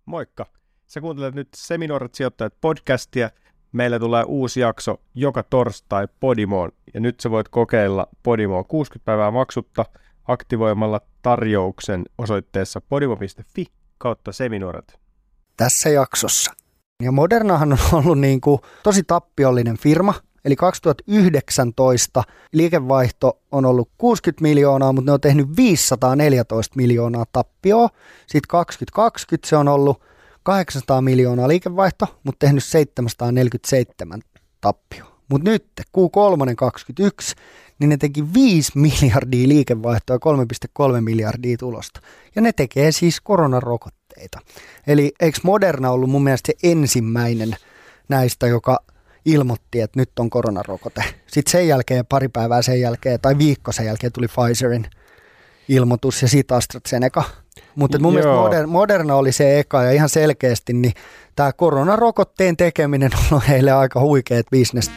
Moikka! Sä kuuntelet nyt Seminuoret sijoittajat podcastia. Meillä tulee uusi jakso joka torstai Podimoon. Ja nyt sä voit kokeilla Podimoa 60 päivää maksutta aktivoimalla tarjouksen osoitteessa podimo.fi/seminuoret. Tässä jaksossa. Ja Modernahan on ollut tosi tappiollinen firma. Eli 2019 liikevaihto on ollut 60 miljoonaa, mutta ne on tehnyt 514 miljoonaa tappioa. Sitten 2020 se on ollut 800 miljoonaa liikevaihto, mutta tehnyt 747 tappioa. Mutta nyt Q3 21, niin ne teki 5 miljardia liikevaihtoa ja 3,3 miljardia tulosta. Ja ne tekee siis koronarokotteita. Eli eikö Moderna ollut mun mielestä se ensimmäinen näistä, joka ilmoitti, että nyt on koronarokote. Sitten sen jälkeen, pari päivää sen jälkeen, tai viikko sen jälkeen tuli Pfizerin ilmoitus ja sitten AstraZeneca. Mutta mun mielestä Moderna oli se eka ja ihan selkeästi, niin tämä koronarokotteen tekeminen on heille aika huikeet bisnes.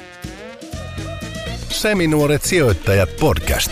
Seminuoret sijoittajat podcast.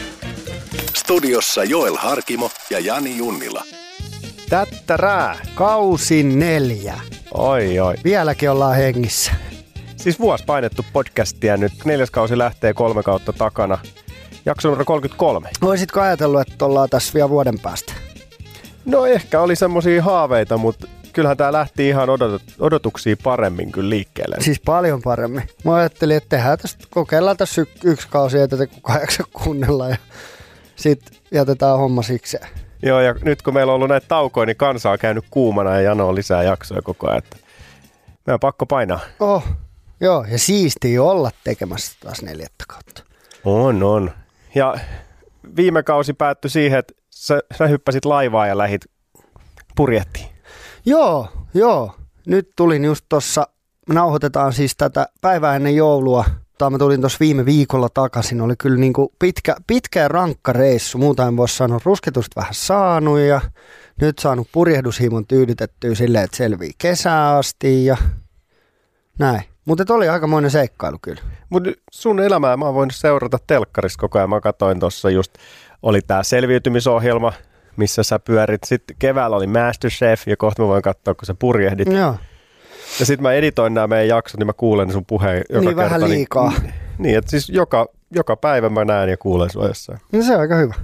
Studiossa Joel Harkimo ja Jani Junnila. Tättärää! Kausi 4. Oi. Vieläkin ollaan hengissä. Siis vuosi painettu podcastia nyt. 4. kausi lähtee 3 kautta takana. Jakso numero 33. Voisitko ajatellut, että ollaan tässä vielä vuoden päästä? No ehkä oli semmosia haaveita, mutta kyllähän tää lähti ihan odotuksia paremmin kyllä liikkeelle. Siis paljon paremmin. Mä ajattelin, että tehdään tästä, kokeillaan tässä yksi kausi, että kukaan jaksa kuunnella ja sitten jätetään homma sikseen. Joo, ja nyt kun meillä on ollut näitä taukoja, niin kansa on käynyt kuumana ja jano on lisää jaksoja koko ajan. Meidän on pakko painaa. Joo, ja siistiä olla tekemässä taas 4. kautta. On. Ja viime kausi päättyi siihen, että sä hyppäsit laivaa ja lähit purjehtiin. Joo. Nyt tulin just tossa, nauhoitetaan siis tätä päivää ennen joulua. Mä tulin tuossa viime viikolla takaisin. Oli kyllä pitkä ja rankka reissu. Muuta en voi sanoa. Rusketusta vähän saanut ja nyt saanut purjehdushimon tyydytettyä silleen, että selvii kesään asti ja näin. Mutta oli aikamoinen seikkailu kyllä. Mutta sun elämää mä oon voinut seurata telkkarissa koko ajan. Mä katsoin tuossa just, oli tää selviytymisohjelma, missä sä pyörit. Sitten keväällä oli Masterchef ja kohta mä voin katsoa, kun sä purjehdit. Joo. Ja sitten mä editoin nämä meidän jaksot, niin mä kuulen sun puheen joka niin kerta. Vähän liikaa. Niin, että siis joka päivä mä näen ja kuulen sua jossain. No se on aika hyvä.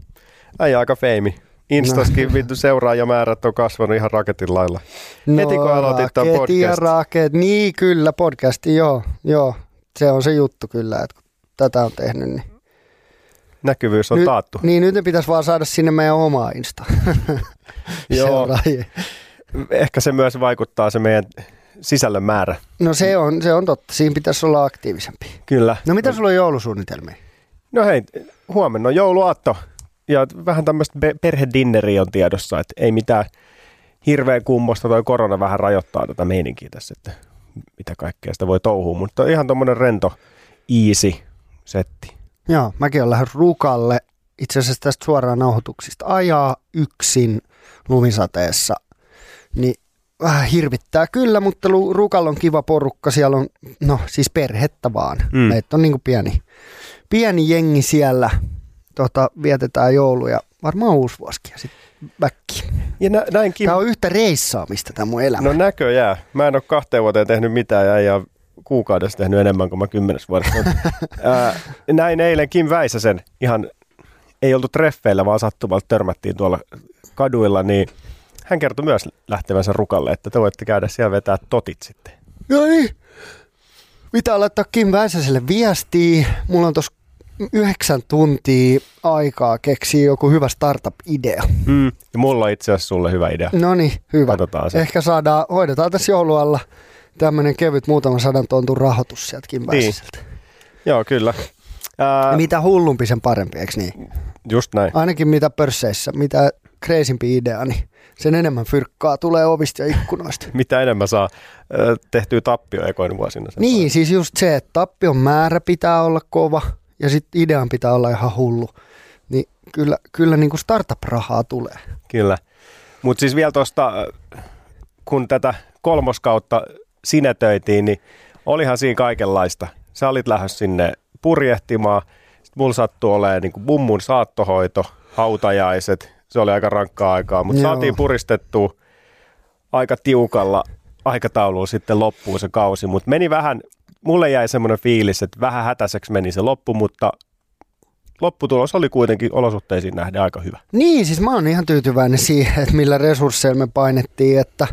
Aika feimi. Instaskin seuraajamäärät on kasvanut ihan raketin lailla. Heti kun aloitit tämän podcast. Niin kyllä, podcasti, joo. Se on se juttu kyllä, että kun tätä on tehnyt, niin näkyvyys on taattu. Niin, nyt ne pitäisi vaan saada sinne meidän omaa Insta. Joo. Ehkä se myös vaikuttaa se meidän sisällön määrä. No se on totta. Siinä pitäisi olla aktiivisempi. Kyllä. No mitä sulla on joulusuunnitelmia? No hei, huomenna on jouluaatto. Ja vähän tämmöistä perhedinneriä on tiedossa, että ei mitään hirveän kummosta, toi korona vähän rajoittaa tätä meininkiä tässä, että mitä kaikkea sitä voi touhua, mutta ihan tommonen rento, easy setti. Joo, mäkin olen lähdössä Rukalle, itse asiassa tästä suoraan nauhoituksista, ajaa yksin lumisateessa, niin vähän hirvittää kyllä, mutta Rukalla on kiva porukka, siellä on, siis perhettä vaan, meitä on pieni jengi siellä. Vietetään jouluja, varmaan uusvuosikin ja sitten väkkiä. Tämä on yhtä reissaamista tämä mun elämä. No näköjään. Mä en ole 2 vuoteen tehnyt mitään ja ei ole kuukaudessa tehnyt enemmän kuin mä 10 vuodessa. Näin eilen Kim Väisäsen, ihan ei oltu treffeillä, vaan sattumalta törmättiin tuolla kaduilla, niin hän kertoi myös lähtevänsä Rukalle, että te voitte käydä siellä vetää totit sitten. No niin. Pitää laittaa Kim Väisäselle viestiä. Mulla on tossa 9 tuntia aikaa keksiä joku hyvä startup-idea. Ja mulla on itse asiassa sulle hyvä idea. No niin, hyvä. Katsotaan se. Ehkä hoidetaan tässä joulualla tämmöinen kevyt muutaman 100 tontun rahoitus sieltä Kim Väisäseltä. Niin. Joo, kyllä. Mitä hullumpi sen parempi, eikö niin? Just näin. Ainakin mitä pörsseissä, mitä crazympi idea, niin sen enemmän fyrkkaa tulee ovista ja ikkunoista. Mitä enemmän saa tehtyä tappio ekoin vuosina. Niin, siis just se, että tappion määrä pitää olla kova. Ja sitten idean pitää olla ihan hullu, niin kyllä niin kuin startup-rahaa tulee. Kyllä, mutta siis vielä tuosta, kun tätä 3. kautta sinetöitiin, niin olihan siinä kaikenlaista. Sä olit lähdössä sinne purjehtimaan, sitten mulla sattui olemaan niin kuin mummun saattohoito, hautajaiset, se oli aika rankkaa aikaa, mutta saatiin puristettua aika tiukalla aikataululla sitten loppuu se kausi, mutta meni vähän, mulle jäi semmoinen fiilis, että vähän hätäiseksi meni se loppu, mutta lopputulos oli kuitenkin olosuhteisiin nähden aika hyvä. Niin, siis mä oon ihan tyytyväinen siihen, että millä resursseilla me painettiin, että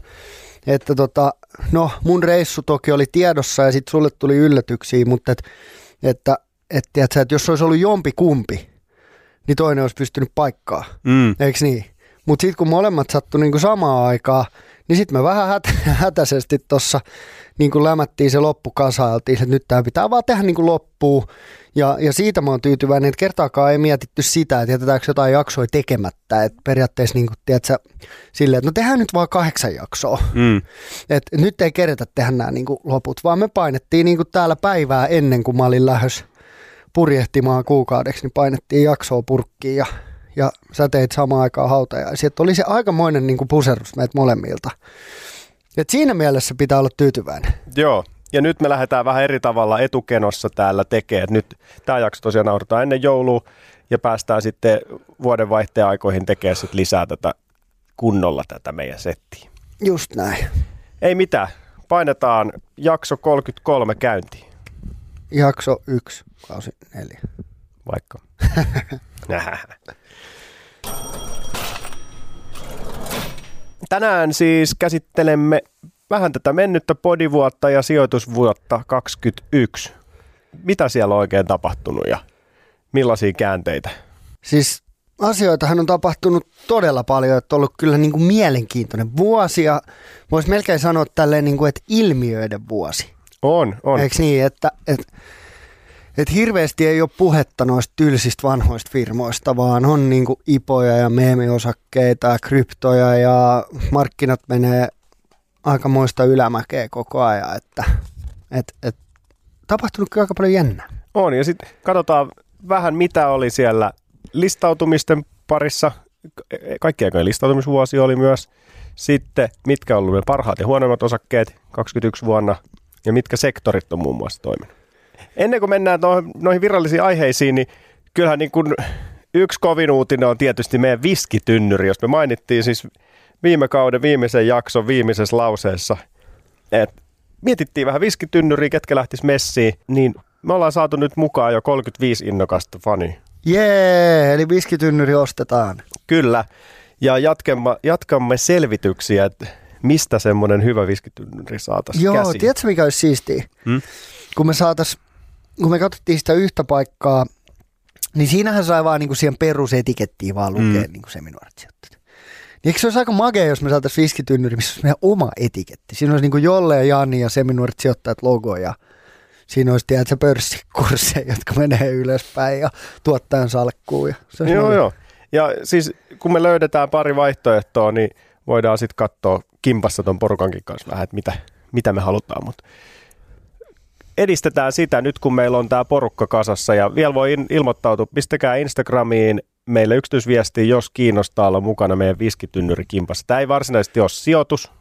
mun reissu toki oli tiedossa ja sitten sulle tuli yllätyksiä, mutta että jos olisi ollut jompi kumpi, niin toinen olisi pystynyt paikkaan, eikö niin? Mutta sitten kun molemmat sattui niinku samaan aikaan, niin sitten me vähän hätäisesti tuossa niinku lämättiin se loppu kasailtiin, että nyt tämä pitää vaan tehdä niinku loppuun. Ja siitä mä oon tyytyväinen, että kertaakaan ei mietitty sitä, että jätetäänkö jotain jaksoja tekemättä. Että periaatteessa niin kuin, tiedätkö, silleen, että no tehdään nyt vaan 8 jaksoa. Että nyt ei keretä tehdä nämä niin kuin loput, vaan me painettiin niin kuin täällä päivää ennen kuin mä olin lähdössä purjehtimaan kuukaudeksi, niin painettiin jaksoa purkkiin ja sä teit samaan aikaan hautajaisia. Että oli se aikamoinen niin kuin puserus meitä molemmilta. Et siinä mielessä pitää olla tyytyväinen. Joo. Ja nyt me lähdetään vähän eri tavalla etukenossa täällä tekemään. Nyt tämä jakso tosiaan nauhoitetaan ennen joulua ja päästään sitten vuodenvaihteen aikoihin tekemään sit lisää tätä kunnolla tätä meidän settiä. Just näin. Ei mitään. Painetaan jakso 33 käyntiin. Jakso 1, kausi 4. Vaikka. Tänään siis käsittelemme vähän tätä mennyttä podivuotta ja sijoitusvuotta 2021. Mitä siellä on oikein tapahtunut ja millaisia käänteitä? Siis asioitahan on tapahtunut todella paljon, että on ollut kyllä niin kuin mielenkiintoinen vuosi ja voisi melkein sanoa tälleen, niin kuin, että ilmiöiden vuosi. On. Eikö niin, että hirveästi ei ole puhetta noista tylsistä vanhoista firmoista, vaan on niin kuin IPOja ja meemiosakkeita ja kryptoja ja markkinat menee aikamoista ylämäkeä koko ajan, että tapahtunut aika paljon jännää. On, ja sitten katsotaan vähän mitä oli siellä listautumisten parissa. Kaikki aikojen listautumisvuosi oli myös. Sitten mitkä on ollut ne parhaat ja huonoimmat osakkeet 2021 vuonna ja mitkä sektorit on muun muassa toiminut. Ennen kuin mennään noihin virallisiin aiheisiin, niin kyllähän niin kuin yksi kovin uutinen on tietysti meidän viskitynnyri, jos me mainittiin siis viime kauden viimeisen jakson viimeisessä lauseessa, että mietittiin vähän viskitynnyriä, ketkä lähtis messiin, niin me ollaan saatu nyt mukaan jo 35 innokasta fania. Jee, eli viskitynnyri ostetaan. Kyllä, ja jatkamme selvityksiä, että mistä semmoinen hyvä viskitynnyri saataisiin Joo, käsiin. tiedätkö mikä olisi siistiä? Kun me katsottiin sitä yhtä paikkaa, niin siinähän sai vaan niinku siihen perusetikettiin vaan lukea niinku Seminuoret sijoittajat. Niin eikö se olisi aika magea, jos me saataisiin viskitynnyri, missä olisi meidän oma etiketti? Siinä olisi niinku Jolle ja Jani ja Seminuoret sijoittajat logo ja siinä olisi tiedätkö pörssikursseja, jotka menee ylöspäin ja tuottajan salkkuun. Joo. Ja siis kun me löydetään pari vaihtoehtoa, niin voidaan sitten katsoa kimpassa ton porukankin kanssa vähän, että mitä me halutaan. Mutta edistetään sitä nyt, kun meillä on tämä porukka kasassa ja vielä voi ilmoittautua, pistäkää Instagramiin meille yksityisviestiä, jos kiinnostaa olla mukana meidän viskitynnyri kimpassa. Tämä ei varsinaisesti ole sijoitus.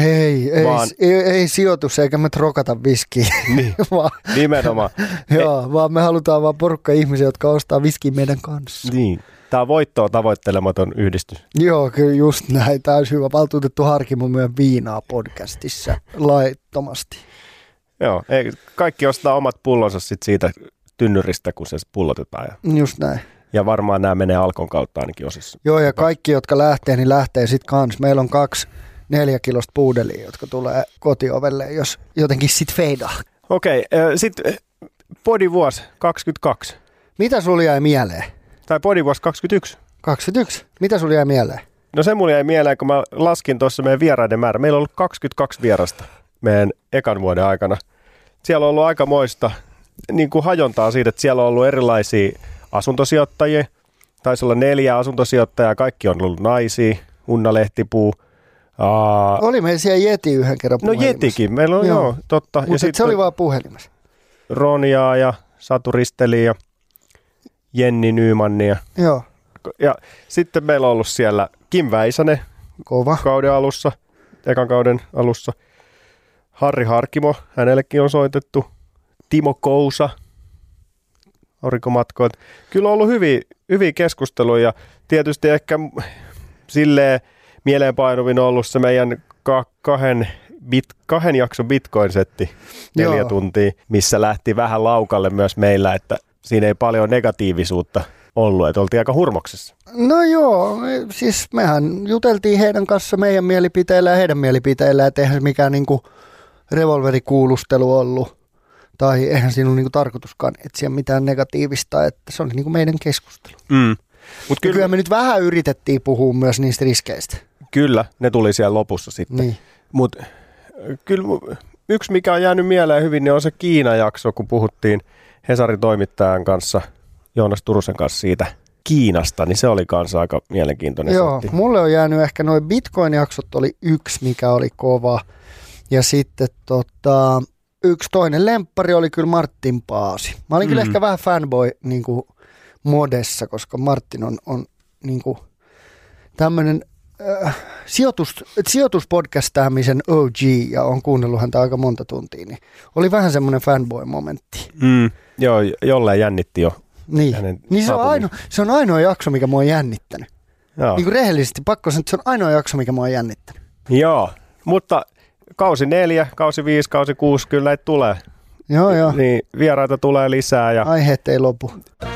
Ei sijoitus, eikä me trokata viskiä. Niin, nimenomaan. Joo, vaan me halutaan vaan porukka ihmisiä, jotka ostaa viskiä meidän kanssa. Niin, tämä on voittoa tavoittelematon yhdistys. Joo, kyllä just näin. Tämä olisi hyvä. Valtuutettu Harkimo myö viinaa podcastissa laittomasti. Joo, kaikki ostaa omat pullonsa sit siitä tynnyristä, kun se pullotetaan. Just näin. Ja varmaan nämä menee Alkon kautta ainakin osissa. Joo, ja kaikki, jotka lähtee, niin lähtee sitten kans. Meillä on 2 4-kilosta puudelia, jotka tulee kotiovelle, jos jotenkin sit feidaa. Okei, sitten podivuosi 22. Mitä sulla jäi mieleen? Tai podivuosi 21. 21. Mitä sulla jäi mieleen? No se mulla jäi mieleen, kun mä laskin tuossa meidän vieraiden määrä. Meillä on ollut 22 vierasta meidän ekan vuoden aikana. Siellä on ollut aikamoista niin kuin hajontaa siitä, että siellä on ollut erilaisia asuntosijoittajia. Taisi olla 4 asuntosijoittajaa, kaikki on ollut naisia, Unna Lehtipuu. Oli meillä siellä Jeti yhden kerran puhelimessa. No Jetikin, meillä on joo totta. Mutta se oli vaan puhelimessa. Ronjaa ja Satu Risteli ja Jenni Nymannia. Joo. Ja sitten meillä on ollut siellä Kim Väisänen. Kova. Kauden alussa, ekan kauden alussa. Harri Harkimo, hänellekin on soitettu. Timo Kousa, aurinkomatkoilta. Kyllä on ollut hyviä keskusteluja. Tietysti ehkä silleen mieleenpainuvin on ollut se meidän kahden jakson Bitcoin-setti 4 tuntia, missä lähti vähän laukalle myös meillä, että siinä ei paljon negatiivisuutta ollut, että oltiin aika hurmoksessa. No joo, siis mehän juteltiin heidän kanssa meidän mielipiteillä ja heidän mielipiteillä, että eihän mikään niinku revolverikuulustelu ollut, tai eihän siinä ollut niinku tarkoituskaan etsiä mitään negatiivista, että se oli niinku meidän keskustelu. Mut kyllä me nyt vähän yritettiin puhua myös niistä riskeistä. Kyllä, ne tuli siellä lopussa sitten. Niin. Mutta kyllä yksi, mikä on jäänyt mieleen hyvin, niin on se Kiina-jakso, kun puhuttiin Hesarin toimittajan kanssa, Joonas Turusen kanssa siitä Kiinasta, niin se oli kanssa aika mielenkiintoinen. Joo, setti. mulle on jäänyt ehkä noin Bitcoin-jaksot oli yksi, mikä oli kova. Ja sitten yksi toinen lemppari oli kyllä Martin Paasi. Mä olin kyllä ehkä vähän fanboy niin kuin modessa, koska Martin on niin kuin tämmöinen sijoituspodcastaamisen OG ja on kuunnellut häntä aika monta tuntia, niin oli vähän semmoinen fanboy-momentti. Joo, jolleen jännitti jo. Niin, se on ainoa jakso, mikä mua on jännittänyt. Joo. Niin kuin rehellisesti pakko sanoa, että se on ainoa jakso, mikä mua on jännittänyt. Joo, mutta kausi 4, kausi 5, kausi 6, kyllä näitä tulee. Joo. Niin vieraita tulee lisää. Ja aiheet ei lopu.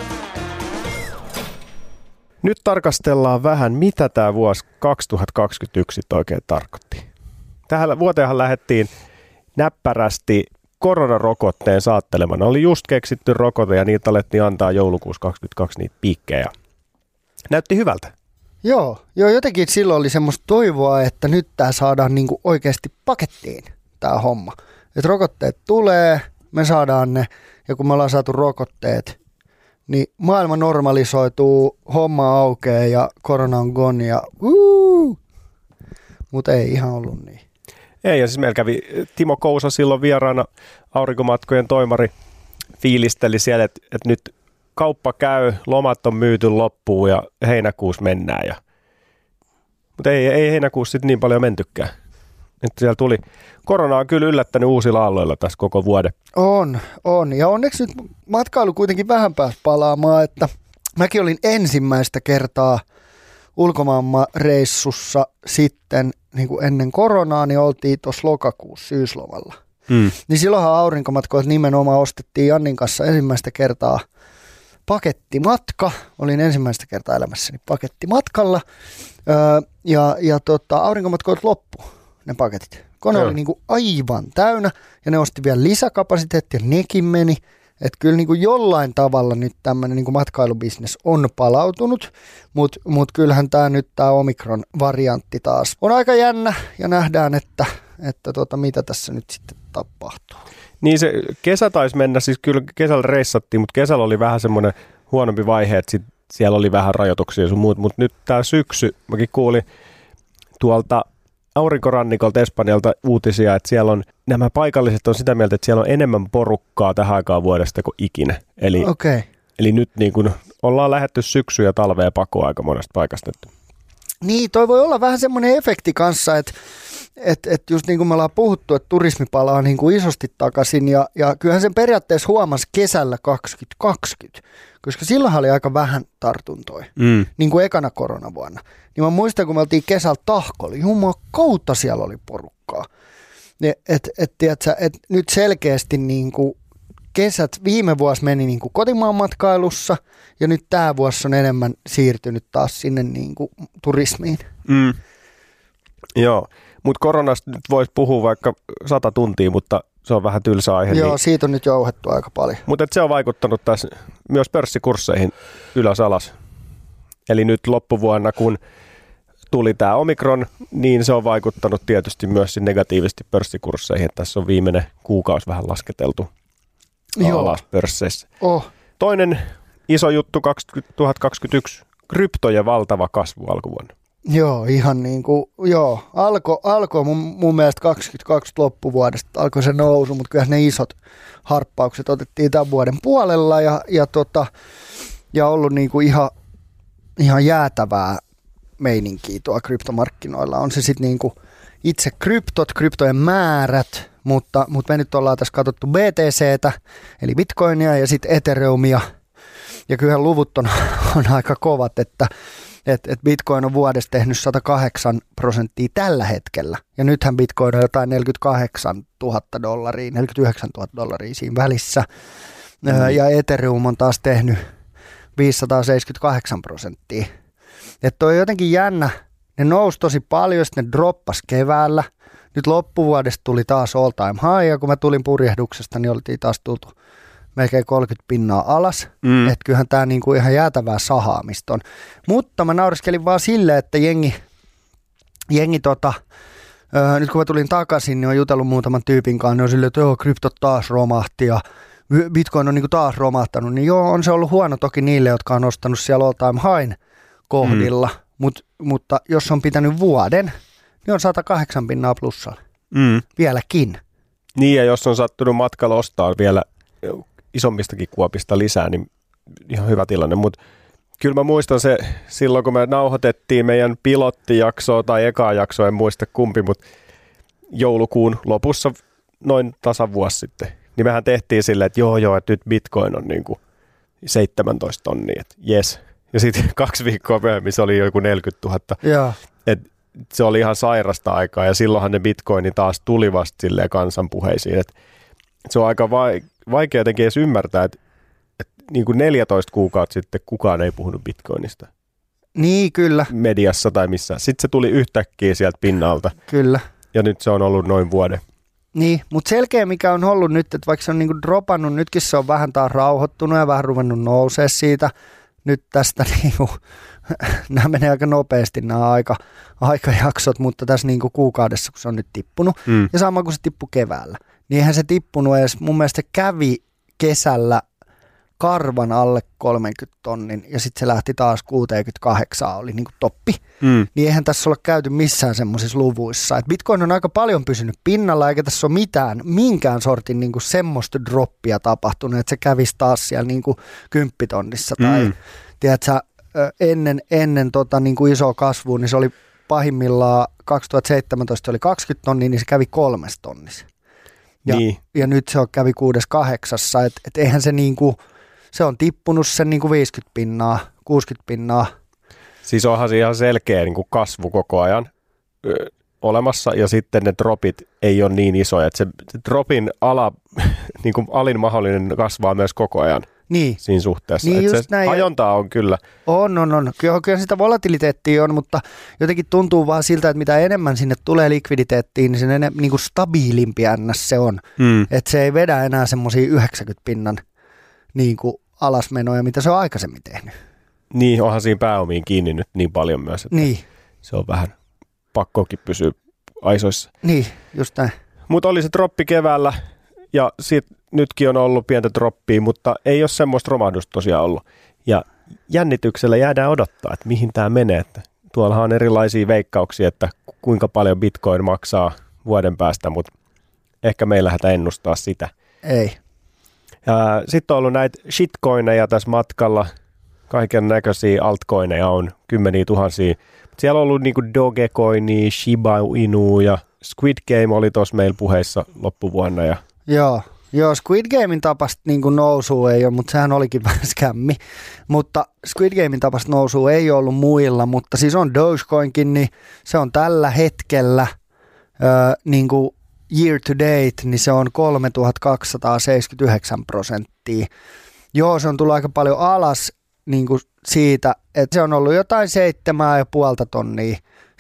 nyt tarkastellaan vähän, mitä tämä vuosi 2021 oikein tarkoitti. Tähän vuoteenhan lähdettiin näppärästi koronarokotteen saattelemana. Oli just keksitty rokote ja niitä alettiin antaa joulukuussa 2022 niitä piikkejä. Näytti hyvältä. Joo, jotenkin silloin oli semmoista toivoa, että nyt tämä saadaan niinku oikeasti pakettiin, tämä homma. Että rokotteet tulee, me saadaan ne, ja kun me ollaan saatu rokotteet, niin maailma normalisoituu, homma aukeaa ja korona on gone ja mutta ei ihan ollut niin. Ei, ja siis meillä kävi Timo Kousa silloin vieraana, Aurinkomatkojen toimari, fiilisteli siellä, että nyt kauppa käy, lomat on myyty loppuun ja heinäkuussa mennään. Mutta ei heinäkuussa sitten niin paljon mentykään. Nyt siellä tuli, korona on kyllä yllättänyt uusilla aloilla tässä koko vuoden. On. Ja onneksi nyt matkailu kuitenkin vähän pääsi palaamaan, että mäkin olin ensimmäistä kertaa ulkomaanreissussa sitten niin kuin ennen koronaa, niin oltiin tuossa lokakuussa syyslomalla. Niin silloinhan Aurinkomatkoilta nimenomaan ostettiin Jannin kanssa ensimmäistä kertaa pakettimatka. Olin ensimmäistä kertaa elämässäni pakettimatkalla ja Aurinkomatkoilta loppu ne paketit. Kone oli niin kuin aivan täynnä ja ne osti vielä lisäkapasiteettia, nekin meni. Että kyllä niin kuin jollain tavalla nyt tämmöinen niin kuin matkailubisnes on palautunut, mutta kyllähän tämä Omikron-variantti taas on aika jännä ja nähdään, että mitä tässä nyt sitten tapahtuu. Niin se kesä taisi mennä, siis kyllä kesällä reissattiin, mutta kesällä oli vähän semmoinen huonompi vaihe, että siellä oli vähän rajoituksia ja sun muut, mutta nyt tämä syksy, mäkin kuulin tuolta aurinkorannikolta Espanjalta uutisia, että siellä on, nämä paikalliset on sitä mieltä, että siellä on enemmän porukkaa tähän aikaan vuodesta kuin ikinä. Eli nyt niin kuin ollaan lähdetty syksyä ja talvea pakoon aika monesta paikasta. Niin, toi voi olla vähän semmoinen efekti kanssa, että just niin kuin me ollaan puhuttu, että turismi palaa niin kuin isosti takaisin ja kyllähän sen periaatteessa huomasi kesällä 2020, koska silloinhan oli aika vähän tartuntoja, niin kuin ekana koronavuonna. Niin mä muistan, kun me oltiin kesällä Tahkolla, jumalauta siellä oli porukkaa. Et nyt selkeästi niin kuin kesät viime vuosi meni niin kuin kotimaan matkailussa ja nyt tämä vuosi on enemmän siirtynyt taas sinne niin kuin turismiin. Joo, mutta koronasta nyt voisi puhua vaikka 100 tuntia, mutta se on vähän tylsä aihe. Joo, niin. siitä on nyt jouhettu aika paljon. Mutta se on vaikuttanut tässä myös pörssikursseihin ylös alas. Eli nyt loppuvuonna, kun tuli tämä Omikron, niin se on vaikuttanut tietysti myös negatiivisesti pörssikursseihin. Tässä on viimeinen kuukausi vähän lasketeltu alas pörsseissä. Toinen iso juttu 2021, kryptojen valtava kasvu alkuvuonna. Joo, ihan niin kuin, alkoi mun mielestä 2020 loppuvuodesta alkoi se nousu, mutta kyllä ne isot harppaukset otettiin tämän vuoden puolella ja ollut niin kuin ihan jäätävää meininkiä tuolla kryptomarkkinoilla. On se sitten niin kuin itse kryptojen määrät, mutta me nyt ollaan tässä katsottu BTCtä, eli Bitcoinia ja sitten Ethereumia, ja kyllähän luvut on aika kovat, että että Bitcoin on vuodessa tehnyt 108% tällä hetkellä. Ja nythän Bitcoin on jotain $48 000, $49 000 siinä välissä. Ja Ethereum on taas tehnyt 578%. Että on jotenkin jännä. Ne nousi tosi paljon, sitten ne droppas keväällä. Nyt loppuvuodesta tuli taas all time high, ja kun mä tulin purjehduksesta, niin oltiin taas tultu melkein 30% alas. Että kyllähän tämä niinku ihan jäätävää sahaamista on. Mutta mä nauriskelin vaan silleen, että jengi nyt kun mä tulin takaisin, niin on jutellut muutaman tyypin kanssa, niin on silleen, että joo, kryptot taas romahti ja Bitcoin on niinku taas romahtanut. Niin joo, on se ollut huono toki niille, jotka on ostanut siellä all time high kohdilla, mutta jos on pitänyt vuoden, niin on 108% plussalla. Vieläkin. Niin, ja jos on sattunut matkalla ostaa vielä isommistakin kuopista lisää, niin ihan hyvä tilanne. Mutta kyllä mä muistan se silloin, kun me nauhoitettiin meidän pilottijaksoa tai ekaa jaksoa, en muista kumpi, mutta joulukuun lopussa noin tasan vuosi sitten. Niin mehän tehtiin silleen, että joo, että nyt Bitcoin on niin kuin 17 tonnia, että jes. Ja sitten 2 viikkoa myöhemmin se oli joku 40 000. Joo. Et se oli ihan sairasta aikaa, ja silloinhan ne Bitcoini taas tuli vasta silleen kansanpuheisiin. Et se on aika vaikea jotenkin edes ymmärtää, että niin kuin 14 kuukautta sitten kukaan ei puhunut Bitcoinista. Niin, kyllä. Mediassa tai missään. Sitten se tuli yhtäkkiä sieltä pinnalta. Kyllä. Ja nyt se on ollut noin vuoden. Niin, mutta selkeä mikä on ollut nyt, että vaikka se on niinku dropannut, nytkin se on vähän taas rauhoittunut ja vähän ruvennut nousee siitä. Nyt tästä niinku, nämä menee aika nopeasti nämä aikajaksot, mutta tässä niinku kuukaudessa, kun se on nyt tippunut. Ja sama kuin se tippui keväällä. Niin eihän se tippunut edes, mun mielestä kävi kesällä karvan alle 30 tonnin ja sitten se lähti taas 68, oli niinku toppi. Niin eihän tässä olla käyty missään semmoisissa luvuissa. Et Bitcoin on aika paljon pysynyt pinnalla, eikä tässä ole minkään sortin niinku semmoista droppia tapahtunut, että se kävisi taas siellä niinku 10 tonnissa tai tiedätkö, ennen niinku isoa kasvua, niin se oli pahimmillaan 2017 oli 20 tonnia, niin se kävi 3 tonnissa. Ja nyt se kävi 6-8, että eihän se niinku, se on tippunut sen niinku 50%, 60%. Siis onhan se ihan selkeä niinku kasvu koko ajan olemassa, ja sitten ne dropit ei ole niin isoja, että se dropin niinku alin mahdollinen kasvaa myös koko ajan. Niin. Siinä suhteessa. Niin se hajontaa on kyllä. On. Kyllä sitä volatiliteettia on, mutta jotenkin tuntuu vaan siltä, että mitä enemmän sinne tulee likviditeettiin, niin sen niin kuin stabiilimpi ns. Se on. Että se ei vedä enää semmoisia 90% niin kuin alasmenoja, mitä se on aikaisemmin tehnyt. Niin, onhan siinä pääomiin kiinni nyt niin paljon myös, että niin. Se on vähän pakkokin pysyä aisoissa. Niin, just näin. Mutta oli se droppi keväällä, ja nytkin on ollut pientä droppia, mutta ei ole semmoista romahdusta tosiaan ollut. Ja jännityksellä jäädään odottaa, että mihin tämä menee. Että tuollahan on erilaisia veikkauksia, että kuinka paljon Bitcoin maksaa vuoden päästä, mutta ehkä meillä lähdetään ennustaa sitä. Ei. Sitten on ollut näitä shitcoineja tässä matkalla. Kaiken näköisiä altcoineja on 10 000. Siellä on ollut niinku Dogecoinia, Shiba Inu ja Squid Game oli tuossa meillä puheissa loppuvuonna. Joo, Squid Gamein tapasta niin nousua ei ole, mutta sehän olikin vähän skämmi. Mutta Squid Gamein tapasta nousua ei ollut muilla, mutta siis on Dogecoinkin, niin se on tällä hetkellä niin kuin year to date, niin se on 3279%. Joo, se on tullut aika paljon alas niin kuin siitä, että se on ollut jotain 7,5 tonnia,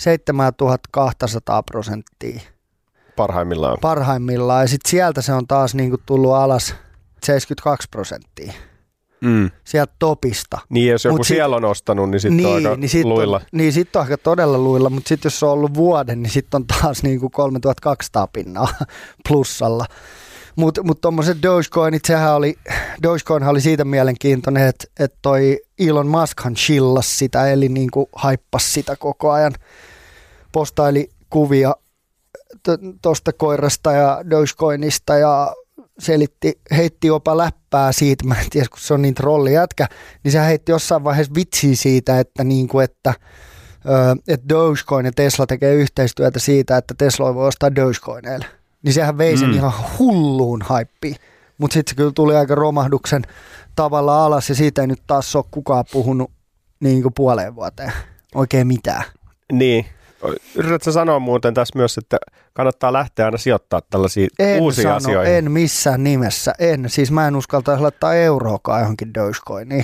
7200%. Parhaimmillaan. Ja sitten sieltä se on taas niinku tullut alas 72%. Sieltä topista. Niin, jos joku siellä on ostanut, niin sitten on aika luilla. Niin, sitten on aika todella luilla, mutta sitten jos se on ollut vuoden, niin sitten on taas niinku 3200 pinnaa plussalla. Mutta tuommoiset Dogecoinit, Dogecoin oli siitä mielenkiintoinen, että toi Elon Muskhan chillasi sitä, eli niinku haippasi sitä koko ajan. Postaili kuvia tuosta koirasta ja Dogecoinista ja heitti jopa läppää siitä, mä en tiedä, kun se on niin trollijätkä, niin se heitti jossain vaiheessa vitsiä siitä, että Dogecoin ja Tesla tekee yhteistyötä siitä, että Tesla voi ostaa Dogecoineille. Niin sehän vei sen ihan hulluun haippiin, mutta sitten se kyllä tuli aika romahduksen tavalla alas ja siitä ei nyt taas ole kukaan puhunut niin kuin puoleen vuoteen oikein mitään. Niin. Yritätkö sanoa muuten tässä myös, että kannattaa lähteä aina sijoittaa tällaisia uusia asioihin? En missään nimessä, en. Siis mä en uskaltaisi laittaa euroakaan johonkin Dogecoiniin.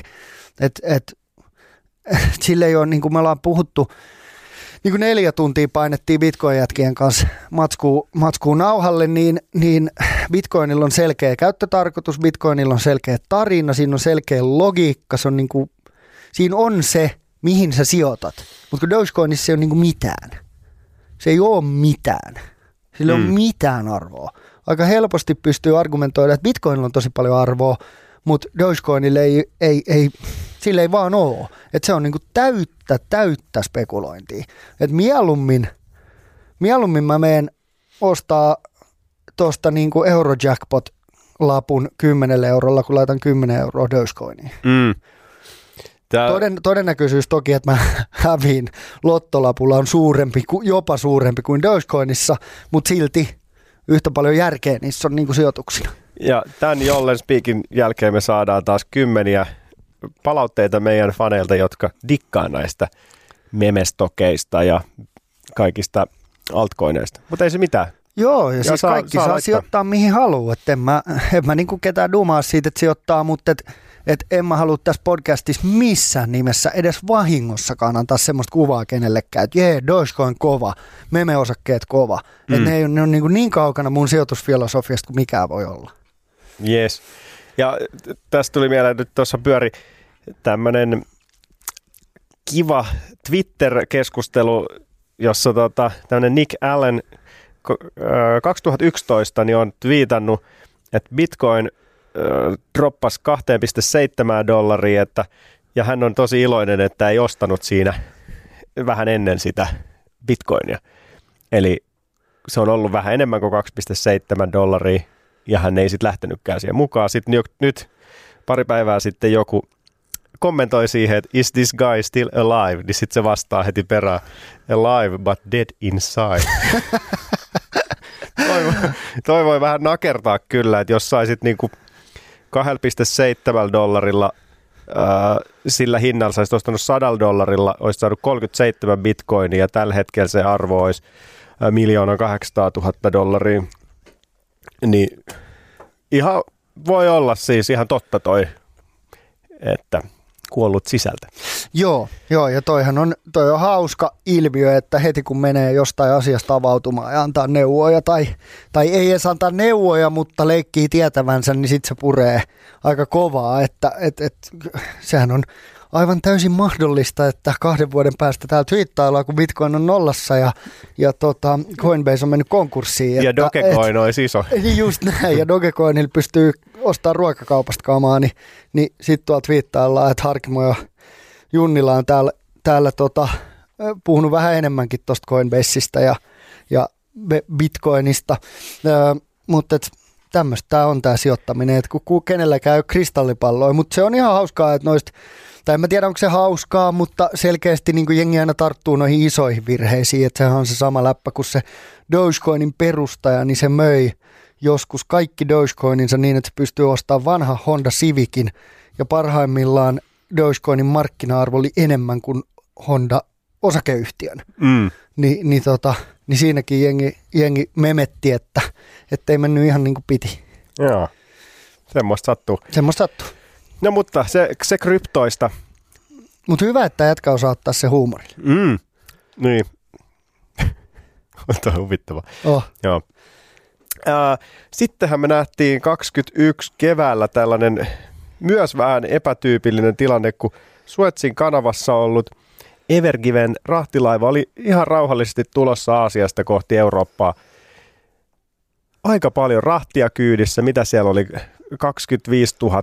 Sille ei ole, niin kuin me ollaan puhuttu, niin kuin 4 tuntia painettiin Bitcoin-jätkien kanssa matskuun nauhalle, niin Bitcoinilla on selkeä käyttötarkoitus, Bitcoinilla on selkeä tarina, siinä on selkeä logiikka, se on niin kuin, siinä on se, mihin sä sijoitat. Mutta kun Dogecoinissa se ei ole niin kuin mitään. Se ei ole mitään. Sillä ei ole mitään arvoa. Aika helposti pystyy argumentoida, että Bitcoinilla on tosi paljon arvoa, mutta Dogecoinille sillä ei vaan ole. Että se on niinku täyttä spekulointia. Että mieluummin mä menen ostaa tuosta niinku Eurojackpot-lapun 10 eurolla, kun laitan 10 euroa Dogecoiniin. Todennäköisyys toki, että mä häviin lottolapulla on jopa suurempi kuin Dogecoinissa, mutta silti yhtä paljon järkeä niissä on niinku sijoituksina. Ja tämän Jollen Speakin jälkeen me saadaan taas 10 palautteita meidän faneilta, jotka dikkaa näistä memestokeista ja kaikista altcoineista. Mutta ei se mitään. Joo, ja siis kaikki saa sijoittaa mihin haluaa. En mä niinku ketään dumaa siitä, että sijoittaa, mutta en mä halua tässä podcastissa missään nimessä edes vahingossakaan antaa semmoista kuvaa kenellekään, että Dogecoin kova, meme-osakkeet kova. Että ne on niin kaukana mun sijoitusfilosofiasta kuin mikään voi olla. Yes. Ja tästä tuli mieleen, nyt tuossa pyöri tämmöinen kiva Twitter-keskustelu, jossa tämmöinen Nick Allen 2011 niin on twiitannut, että Bitcoin droppasi $2.7, ja hän on tosi iloinen, että ei ostanut siinä vähän ennen sitä Bitcoinia. Eli se on ollut vähän enemmän kuin $2.7, ja hän ei sitten lähtenytkään siihen mukaan. Sitten nyt pari päivää sitten joku kommentoi siihen, että is this guy still alive? Niin sitten se vastaa heti perään, alive but dead inside. Toi voi vähän nakertaa kyllä, että jos saisit niinku $2.7 sillä hinnalla, sä olisit ostanut $100, olisit saanut 37 bitcoinia, ja tällä hetkellä se arvo olisi $1,800,000. Niin ihan voi olla siis ihan totta toi, että kuollut sisältä. Joo, ja toi on hauska ilmiö, että heti kun menee jostain asiasta avautumaan ja antaa neuvoja, tai ei edes antaa neuvoja, mutta leikkii tietävänsä, niin sitten se puree aika kovaa, että sehän on aivan täysin mahdollista, että 2 vuoden päästä täällä twiittaillaan, kun Bitcoin on nollassa ja Coinbase on mennyt konkurssiin. Ja Dogecoin olisi iso. Niin just näin, ja Dogecoinilla pystyy ostamaan ruokakaupasta kamaa, niin sitten tuolla twiittaillaan, että Harkimo ja Junnila on täällä puhunut vähän enemmänkin tuosta Coinbaseista ja Bitcoinista, mutta tämmöistä tämä on tämä sijoittaminen, että kun kenelläkään ei ole kristallipalloja, mutta se on ihan hauskaa, että noista, tai en mä tiedä onko se hauskaa, mutta selkeästi niin kuin jengi aina tarttuu noihin isoihin virheisiin, että sehän on se sama läppä kuin se Dogecoinin perustaja, niin se möi joskus kaikki Dogecoininsa niin, että se pystyy ostamaan vanha Honda Civicin, ja parhaimmillaan Dogecoinin markkina-arvo oli enemmän kuin Honda osakeyhtiön. Niin siinäkin jengi memetti, että ei mennyt ihan niin kuin piti. Joo, semmoista sattuu. No mutta se kryptoista. Mutta hyvä, että jätkä osaa ottaa se huumorille. Niin. Tämä on huvittava. Joo. Sittenhän me nähtiin 21 keväällä tällainen myös vähän epätyypillinen tilanne, kun Suezin kanavassa ollut Ever Given rahtilaiva oli ihan rauhallisesti tulossa Aasiasta kohti Eurooppaa. Aika paljon rahtia kyydissä, mitä siellä oli, 25 000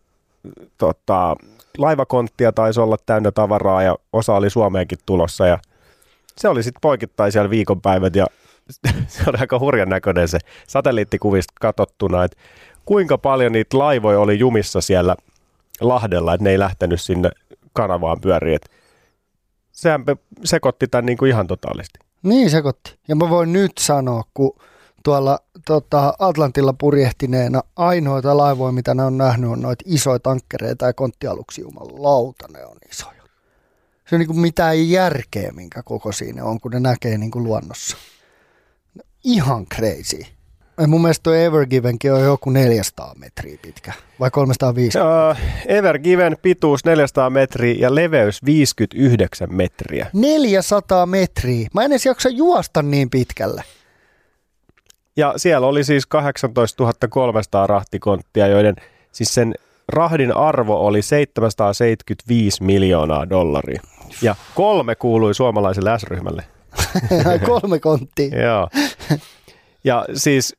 laivakonttia taisi olla täynnä tavaraa, ja osa oli Suomeenkin tulossa, ja se oli sitten poikittain siellä viikonpäivät, ja se oli aika hurjan näköinen se satelliittikuvista katsottuna, että kuinka paljon niitä laivoja oli jumissa siellä Lahdella, että ne ei lähtenyt sinne kanavaan pyöriin. Sehän sekoitti tämän niin kuin ihan totaalisti. Niin sekoitti. Ja mä voin nyt sanoa, kun tuolla Atlantilla purjehtineena ainoita laivoja, mitä ne on nähnyt, on noita isoja tankkereita ja konttialuksia. Jumalauta, ne on isoja. Se on niin kuin mitään järkeä, minkä koko siinä on, kun ne näkee niin kuin luonnossa. Ihan crazy. Mun mielestä tuo Ever Givenkin on joku 400 metriä pitkä, vai 350? Ever Given pituus 400 metriä ja leveys 59 metriä. 400 metriä. Mä en edes jaksa juosta niin pitkälle. Ja siellä oli siis 18 300 rahtikonttia, joiden siis sen rahdin arvo oli $775 miljoonaa. Ja 3 kuului suomalaiselle S-ryhmälle. 3 konttia. Joo. Ja siis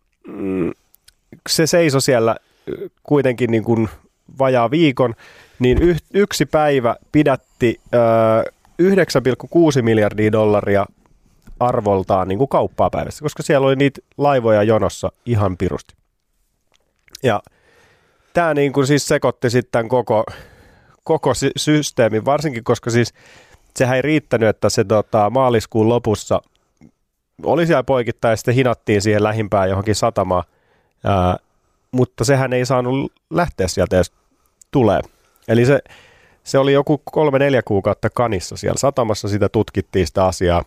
se seisoi siellä kuitenkin niin kuin vajaa viikon, niin yksi päivä pidätti $9,6 miljardia arvoltaan niin kuin kauppaa päivässä, koska siellä oli niitä laivoja jonossa ihan pirusti. Ja tämä niin kuin siis sekoitti sitten koko systeemin, varsinkin koska siis sehän ei riittänyt, että se maaliskuun lopussa oli siellä poikittain ja sitten hinattiin siihen lähimpään johonkin satamaan, mutta sehän ei saanut lähteä sieltä edes tulee. Eli se oli joku 3-4 kuukautta kanissa siellä satamassa, sitä tutkittiin sitä asiaa.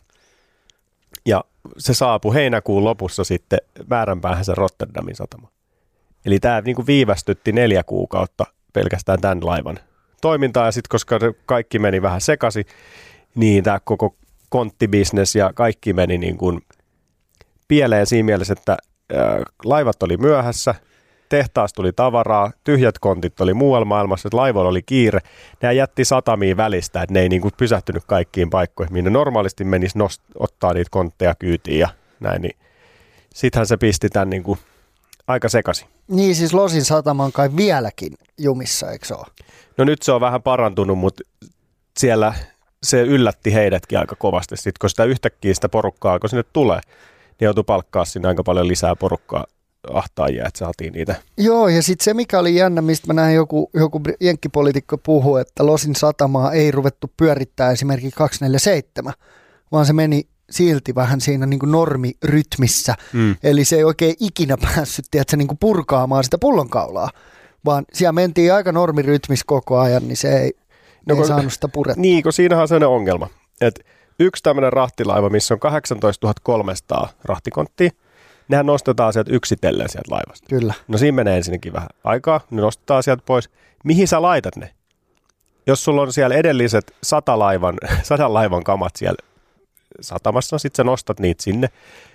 Ja se saapui heinäkuun lopussa sitten määränpäähän se Rotterdamin satama. Eli tämä niin kuin viivästytti 4 kuukautta pelkästään tämän laivan toimintaa. Ja sitten koska kaikki meni vähän sekaisin, niin tämä koko konttibisnes ja kaikki meni niin kuin pieleen siinä mielessä, että laivat oli myöhässä, tehtaasta tuli tavaraa, tyhjät kontit oli muualla maailmassa, että laivoilla oli kiire. Nämä jätti satamiin välistä, että ne ei niin kuin pysähtynyt kaikkiin paikkoihin, minne normaalisti menisi ottaa niitä kontteja kyytiin ja näin. Niin sittenhän se pisti tämän niin kuin aika sekaisin. Niin siis Losin satama on kai vieläkin jumissa, eikö se ole? No nyt se on vähän parantunut, mutta siellä se yllätti heidätkin aika kovasti. Sitten kun sitä yhtäkkiä sitä porukkaa, kun sinne tulee, niin joutui palkkaa sinne aika paljon lisää porukkaa ahtaajia, että saatiin niitä. Joo, ja sitten se mikä oli jännä, mistä mä näin joku jenkkipoliitikko puhuu, että Losin satamaa ei ruvettu pyörittää esimerkiksi 247, vaan se meni silti vähän siinä niin kuin normirytmissä. Eli se ei oikein ikinä päässyt niin kuin purkaamaan sitä pullonkaulaa, vaan siellä mentiin aika normirytmissä koko ajan, niin se ei saanut sitä purettua. Niin, kun siinähän on sellainen ongelma, että yksi tämmöinen rahtilaiva, missä on 18 300 rahtikonttia, nehän nostetaan sieltä yksitellen sieltä laivasta. Kyllä. No siinä menee ensinnäkin vähän aikaa, ne nostetaan sieltä pois. Mihin sä laitat ne? Jos sulla on siellä edelliset 100 laivan kamat siellä satamassa, sit sä nostat niitä sinne.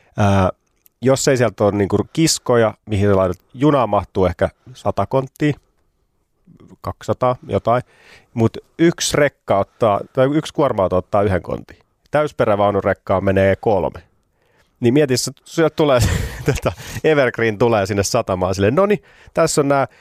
Jos ei sieltä ole niinku kiskoja, mihin sä laitat, junaan mahtuu ehkä 100 konttia, 200 jotain, mutta yksi kuorma-auto ottaa 1 kontin. Täysperävaunun rekkaan menee 3. Niin mieti, sieltä tulee, Evergreen tulee sinne satamaan silleen, no niin, tässä on nämä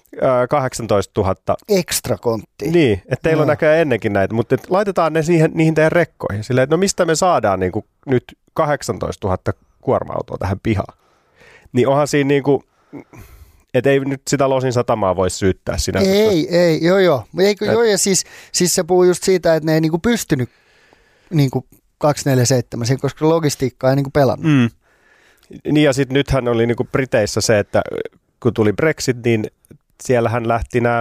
18 000. Ekstra konttia. Niin, että teillä on näköjään ennenkin näitä, mutta laitetaan ne niihin teidän rekkoihin. Silleen, että no mistä me saadaan niin kuin nyt 18 000 kuorma-autoa tähän pihaan. Niin onhan siinä niin kuin, että ei nyt sitä Losin satamaa voi syyttää sinä. Ei, joo. Joo, ja siis se puhuu just siitä, että ne ei niinku pystynyt niinku 247, koska logistiikka ei niinku pelannut. Niin ja sitten nythän oli niinku Briteissä se, että kun tuli Brexit, niin siellähän lähti nämä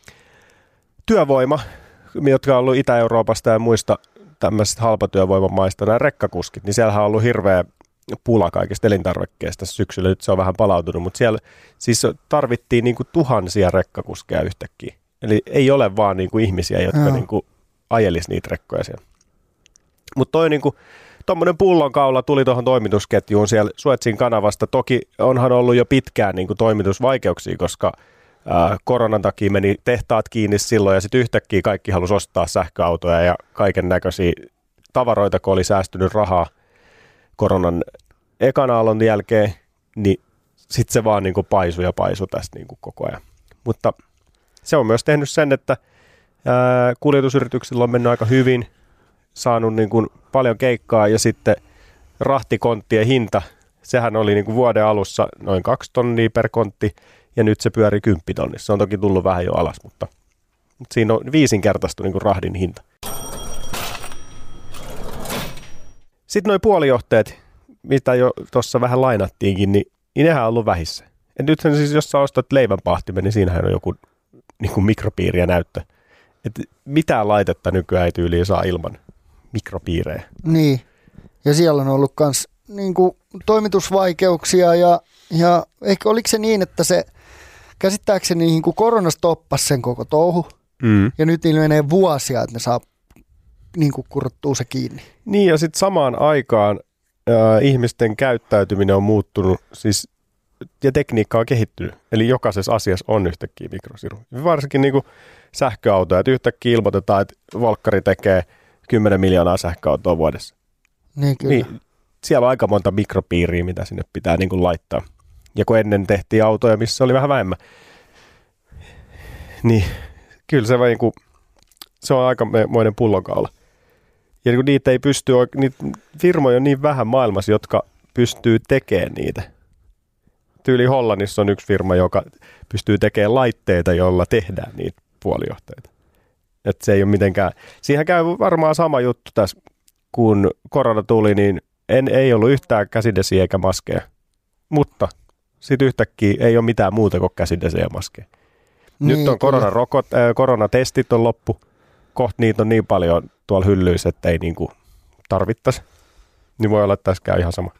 työvoima, jotka on ollut Itä-Euroopasta ja muista tämmöisistä halpatyövoimamaista, nämä rekkakuskit, niin siellähän on ollut hirveä pula kaikista elintarvikkeista syksyllä, nyt se on vähän palautunut, mutta siellä siis tarvittiin niinku tuhansia rekkakuskeja yhtäkkiä. Eli ei ole vaan niinku ihmisiä, jotka niinku ajelisi niitä rekkoja siellä. Mutta toi niinku, tommoinen pullonkaula tuli tuohon toimitusketjuun siellä Suezin kanavasta. Toki onhan ollut jo pitkään niinku toimitusvaikeuksia, koska koronan takia meni tehtaat kiinni silloin ja sitten yhtäkkiä kaikki halusi ostaa sähköautoja ja kaiken näköisiä tavaroita, kun oli säästynyt rahaa koronan ekan aallon jälkeen, niin sitten se vaan niinku paisui tästä niinku koko ajan. Mutta se on myös tehnyt sen, että kuljetusyrityksillä on mennyt aika hyvin, saanut niinku paljon keikkaa ja sitten rahtikonttien hinta, sehän oli niinku vuoden alussa noin 2 tonnia per kontti ja nyt se pyörii 10 tonnissa. Se on toki tullut vähän jo alas, mutta siinä on 5-kertaistunut niinku rahdin hinta. Sitten nuo puolijohteet, mitä jo tuossa vähän lainattiinkin, niin nehän on ollut vähissä. Ja nythän siis, jos sä ostat leivänpahtimen, niin siinähän on joku niin kuin mikropiiri ja näyttö. että mitään laitetta nykyään ei tyyliin saa ilman mikropiirejä. Niin, ja siellä on ollut myös niinku toimitusvaikeuksia ja ehkä oliko se niin, että se käsittääkseni niinku korona stoppasi sen koko touhu ja nyt niillä menee vuosia, että ne saa niinku kurottua se kiinni. Niin ja sitten samaan aikaan ihmisten käyttäytyminen on muuttunut siis, ja tekniikka on kehittynyt. Eli jokaisessa asiassa on yhtäkkiä mikrosiru. Varsinkin niinku sähköautoja, että yhtäkkiä ilmoitetaan, että Volkkari tekee 10 miljoonaa sähköautoa vuodessa. Niin kyllä. Niin, siellä on aika monta mikropiiriä, mitä sinne pitää niinku laittaa. Ja kun ennen tehtiin autoja, missä oli vähän vähemmän, niin kyllä se, niinku, se on aikamoinen pullonkaula. Ja niin niitä ei pysty, niitä firmoja on niin vähän maailmassa, jotka pystyy tekemään niitä. Tyyli Hollannissa on yksi firma, joka pystyy tekemään laitteita, joilla tehdään niitä puolijohteita. Että se ei ole mitenkään. Siihen käy varmaan sama juttu tässä, kun korona tuli, niin ei ollut yhtään käsidesiä eikä maskeja. Mutta sitten yhtäkkiä ei ole mitään muuta kuin käsidesiä ja maskeja. Niin, nyt on koronatestit on loppu. Kohta niitä on niin paljon tuolla hyllyissä, että ei niinku tarvittaisi. Niin voi olla, että tässä käy ihan sama.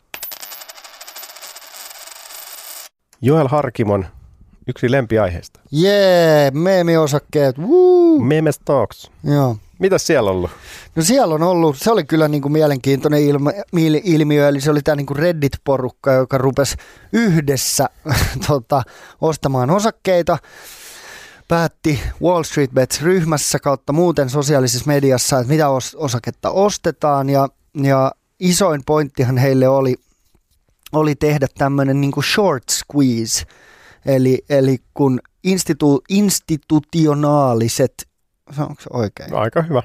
Joel Harkimon yksi lempiaiheista. Jee, meemiosakkeet. Woo! Meme Stocks. Joo. Mitäs siellä on ollut? No siellä on ollut, se oli kyllä niin kuin mielenkiintoinen ilmiö, eli se oli tämä niin kuin Reddit-porukka, joka rupesi yhdessä ostamaan osakkeita. Päätti Wall Street Bets-ryhmässä kautta muuten sosiaalisessa mediassa, että mitä osaketta ostetaan ja isoin pointtihan heille oli tehdä tämmöinen niin kuin short squeeze, eli kun institutionaaliset, onko se oikein? Aika hyvä.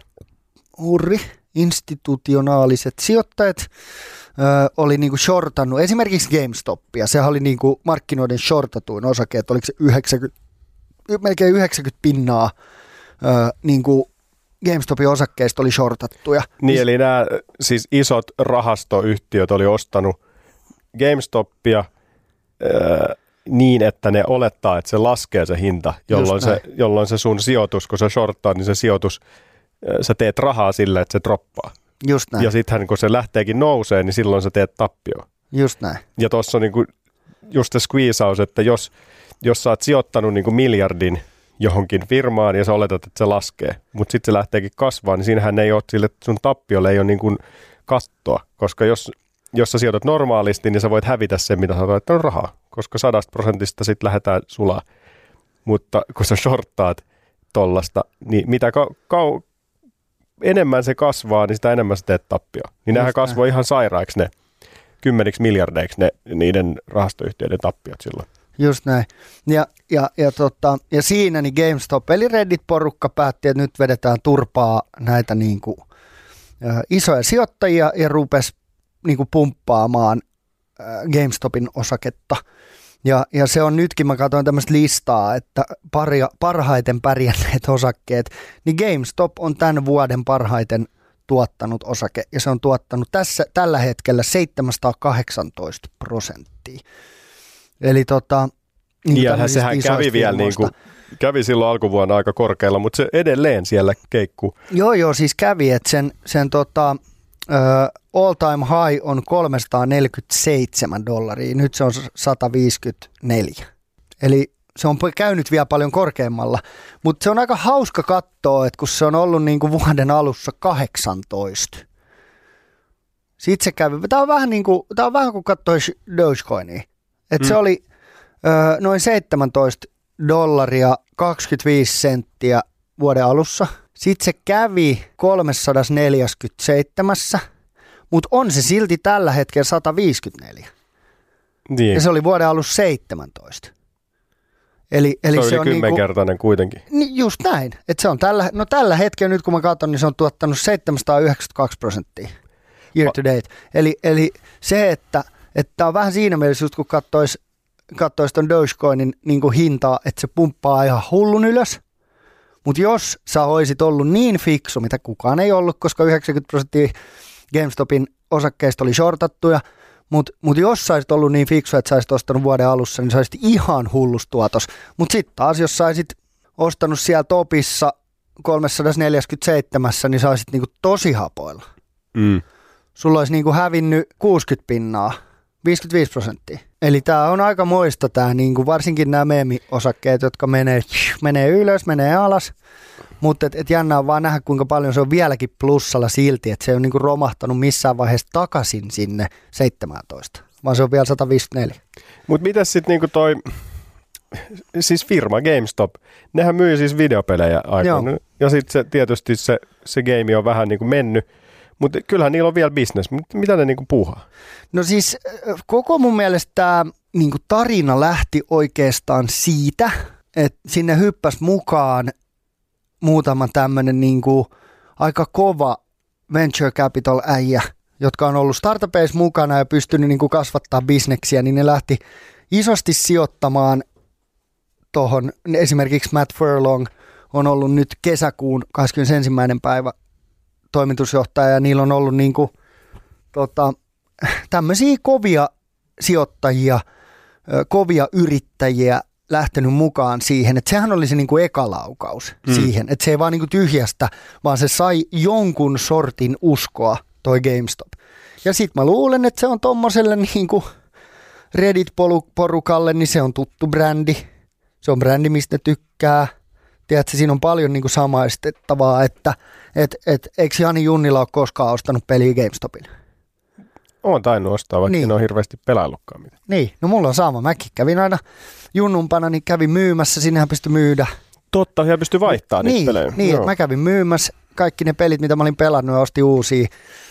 Institutionaaliset sijoittajat oli niinku shortannut esimerkiksi GameStopia. Sehän oli niinku markkinoiden shortatuin osake, että oliko se melkein 90% niinku GameStopin osakkeista oli shortattuja. Niin, eli nämä siis isot rahastoyhtiöt oli ostanut GameStopia niin, että ne olettaa, että se laskee se hinta, jolloin se sun sijoitus, kun sä shorttaa, niin se sijoitus, sä teet rahaa sillä, että se droppaa. Just näin. Ja sittenhän kun se lähteekin nousee, niin silloin sä teet tappioon. Just näin. Ja tuossa on niinku just se squeezaus, että jos sä oot sijoittanut niinku miljardin johonkin firmaan ja sä oletat, että se laskee, mutta sitten se lähteekin kasvaa, niin siinähän ei ole sille, sun tappiolle ei ole niinku kattoa, koska jos sä sijoitat normaalisti, niin sä voit hävitä sen, mitä sä oot laittanut rahaa, koska 100% sitten lähdetään sulaa. Mutta kun sä shorttaat tollasta, niin mitä enemmän se kasvaa, niin sitä enemmän sä teet tappioa. Niin nämähän kasvoi ihan sairaiksi ne 10 miljardeiksi niiden rahastoyhtiöiden tappiot silloin. Just näin. Ja siinä niin GameStop eli Reddit-porukka päätti, että nyt vedetään turpaa näitä niin kuin, isoja sijoittajia ja rupesi niin kuin pumppaamaan GameStopin osaketta. Ja se on nytkin, mä katsoin tämmöistä listaa, että parhaiten pärjänneet osakkeet, niin GameStop on tämän vuoden parhaiten tuottanut osake, ja se on tuottanut tällä hetkellä 718%. Eli niin ja sehän kävi vielä kävi silloin alkuvuonna aika korkealla, mutta se edelleen siellä keikkuu. Joo, siis kävi, että sen all time high on $347, nyt se on 154. Eli se on käynyt vielä paljon korkeammalla, mutta se on aika hauska katsoa, että kun se on ollut niin kuin vuoden alussa 18. Sitten se kävi, tämä on vähän kuin katsoisi Dogecoinia, että se oli noin $17 25 vuoden alussa. Sitten se kävi 347, mutta on se silti tällä hetkellä 154. Niin. Ja se oli vuoden alussa 17. Eli se on yli 10-kertainen kuitenkin. Niin just näin. Että se on tällä hetkellä nyt kun mä katson, niin se on tuottanut 792% year to date. Eli se, että on vähän siinä mielessä just kun katsoisi ton Dogecoinin niin kuin hintaa, että se pumppaa ihan hullun ylös. Mutta jos sä olisit ollut niin fiksu, mitä kukaan ei ollut, koska 90% GameStopin osakkeista oli shortattuja, mutta jos sä olisit ollut niin fiksu, että sä olisit ostanut vuoden alussa, niin sä olisit ihan hullustuotos. Mutta sitten taas, jos sä olisit ostanut siellä topissa 347, niin sä olisit niinku tosi hapoilla. Sulla olisi niinku hävinnyt 60%, 55%. Eli tää on aika moista tää, niinku varsinkin nämä meemiosakkeet, jotka menee ylös, menee alas. Mutta et jännä on vaan nähdä, kuinka paljon se on vieläkin plussalla silti, että se ei ole niinku romahtanut missään vaiheessa takaisin sinne 17, vaan se on vielä 154. Mutta mitäs sitten niinku toi, siis firma GameStop, nehän myy siis videopelejä aikoina. Ja sitten tietysti se game on vähän niinku mennyt, mutta kyllähän niillä on vielä business. Mitä ne niinku puuhaa? No siis koko mun mielestä tämä niinku tarina lähti oikeastaan siitä, että sinne hyppäsi mukaan muutama tämmöinen niinku aika kova venture capital äijä, jotka on ollut startupeissa mukana ja pystynyt niinku kasvattaa bisneksiä, niin ne lähti isosti sijoittamaan tuohon. Esimerkiksi Matt Furlong on ollut nyt kesäkuun 21. päivä toimitusjohtaja, ja niillä on ollut niinku, tämmöisiä kovia sijoittajia, kovia yrittäjiä lähtenyt mukaan siihen, että sehän oli se niinku eka laukaus siihen, että se ei vaan niinku tyhjästä, vaan se sai jonkun sortin uskoa toi GameStop. Ja sit mä luulen, että se on tommoselle niinku Reddit-porukalle, niin se on tuttu brändi. Se on brändi, mistä tykkää. Tiedätkö, siinä on paljon niinku samaistettavaa, että eikö Jani Junnila ole koskaan ostanut peliä GameStopille? Oon tainnut ostaa, vaikka en ole hirveästi pelaillutkaan mitään. Niin, no mulla on sama. Mäkin kävin aina junnumpana, niin kävin myymässä, sinnehän pystyi myydä. Totta, siellä pystyi vaihtamaan niitä pelejä. Niin, että mä kävin myymässä kaikki ne pelit, mitä mä olin pelannut ja ostin uusia.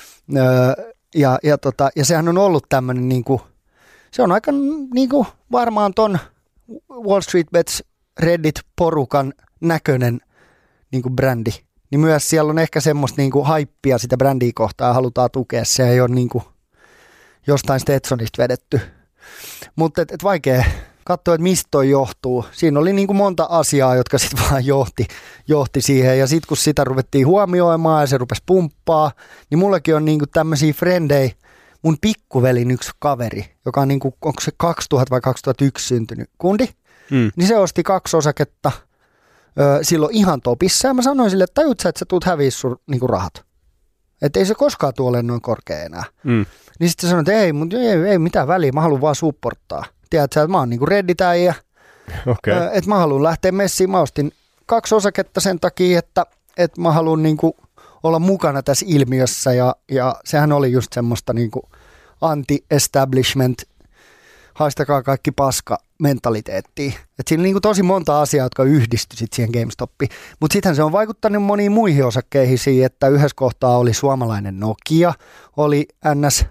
Ja sehän on ollut tämmöinen, niinku, se on aika niinku, varmaan ton Wall Street Bets Reddit-porukan näköinen niinku brändi. Niin myös siellä on ehkä semmoista niinku haippia sitä brändiä kohtaan ja halutaan tukea. Se ei ole niinku jostain Stetsonista vedetty. Mutta et vaikea katsoa, että mistä toi johtuu. Siinä oli niinku monta asiaa, jotka sitten vaan johti siihen. Ja sitten kun sitä ruvettiin huomioimaan ja se rupesi pumppaa, niin mullakin on niinku tämmöisiä frendejä. Mun pikkuvelin yksi kaveri, joka on niinku, onko se 2000 vai 2001 syntynyt kundi, niin se osti 2 osaketta silloin ihan topissa. Ja mä sanoin sille, että tajut sä, että sä tulet häviä sun niinku rahat. Että ei se koskaan tuolle noin korkea enää. Niin sitten sanoin, että ei mitään väliä, mä haluan vaan supporttaa. Tiedätkö, että mä oon niinku redditäijä, että mä haluan lähteä messiin. Mä ostin 2 osaketta sen takia, että mä haluan niinku olla mukana tässä ilmiössä. Ja sehän oli just semmoista niinku anti-establishment, haistakaa kaikki paska mentaliteettia. Että siinä on niinku tosi monta asiaa, jotka yhdistyi sit siihen GameStopiin. Mutta sittenhän se on vaikuttanut moniin muihin osakkeihin, että yhdessä kohtaa oli suomalainen Nokia, oli NS,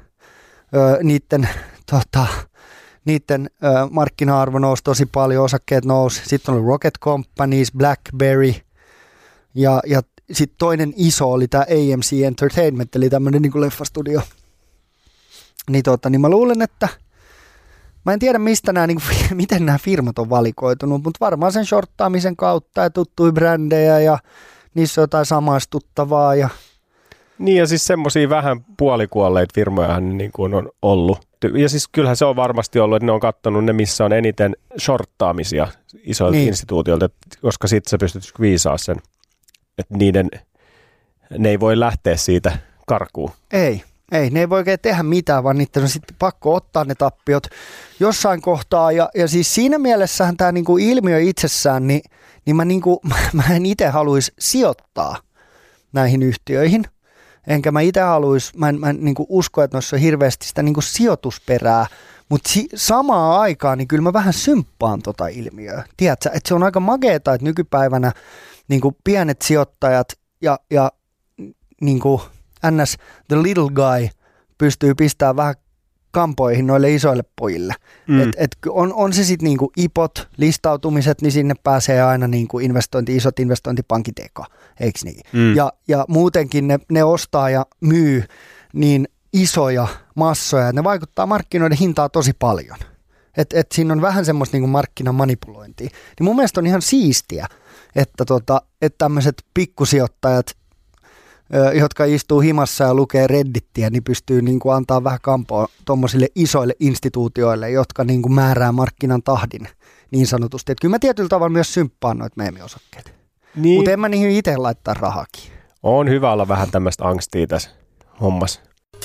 niiden markkina-arvo nousi tosi paljon, osakkeet nousi. Sitten oli Rocket Companies, BlackBerry ja sitten toinen iso oli tämä AMC Entertainment, eli tämmöinen niinku leffastudio. Niin mä luulen, että mä en tiedä, miten nämä firmat on valikoitunut, mutta varmaan sen shorttaamisen kautta ja tuttuja brändejä ja niissä on jotain samaistuttavaa. Niin ja siis semmoisia vähän puolikuolleita firmojahan niin kuin on ollut. Ja siis kyllähän se on varmasti ollut, että ne on kattonut ne, missä on eniten shorttaamisia isoilta instituutioilta, koska sitten sä pystyt viisaa sen, että ne ei voi lähteä siitä karkuun. Ei, ne ei voi oikein tehdä mitään, vaan niiden on sitten pakko ottaa ne tappiot jossain kohtaa. Ja siis siinä mielessähän tämä niinku ilmiö itsessään, niin mä en itse haluaisi sijoittaa näihin yhtiöihin. Enkä mä itse haluaisi, mä en niinku usko, että noissa on hirveästi sitä niinku sijoitusperää. Mutta samaan aikaan, niin kyllä mä vähän symppaan tota ilmiöä. Tiedätkö, että se on aika mageeta, että nykypäivänä niinku pienet sijoittajat ja niinku NS The Little Guy pystyy pistämään vähän kampoihin noille isoille pojille. On se sitten niinku IPOT, listautumiset, niin sinne pääsee aina niinku isot investointipankit eka, eikö niin? Ja muutenkin ne ostaa ja myy niin isoja massoja, että ne vaikuttaa markkinoiden hintaa tosi paljon. Et siinä on vähän semmoista niinku markkinamanipulointia. Niin mun mielestä on ihan siistiä, että tämmöiset pikkusijoittajat, jotka istuu himassa ja lukee Reddittiä, niin pystyy niin kuin antaa vähän kampoa tuommoisille isoille instituutioille, jotka niin kuin määrää markkinan tahdin niin sanotusti. Että kyllä mä tietyllä tavalla myös symppaan noita meemiosakkeita. Niin. Mutta en mä niihin itse laittaa rahakin. On hyvä olla vähän tämmöistä angstia tässä hommassa.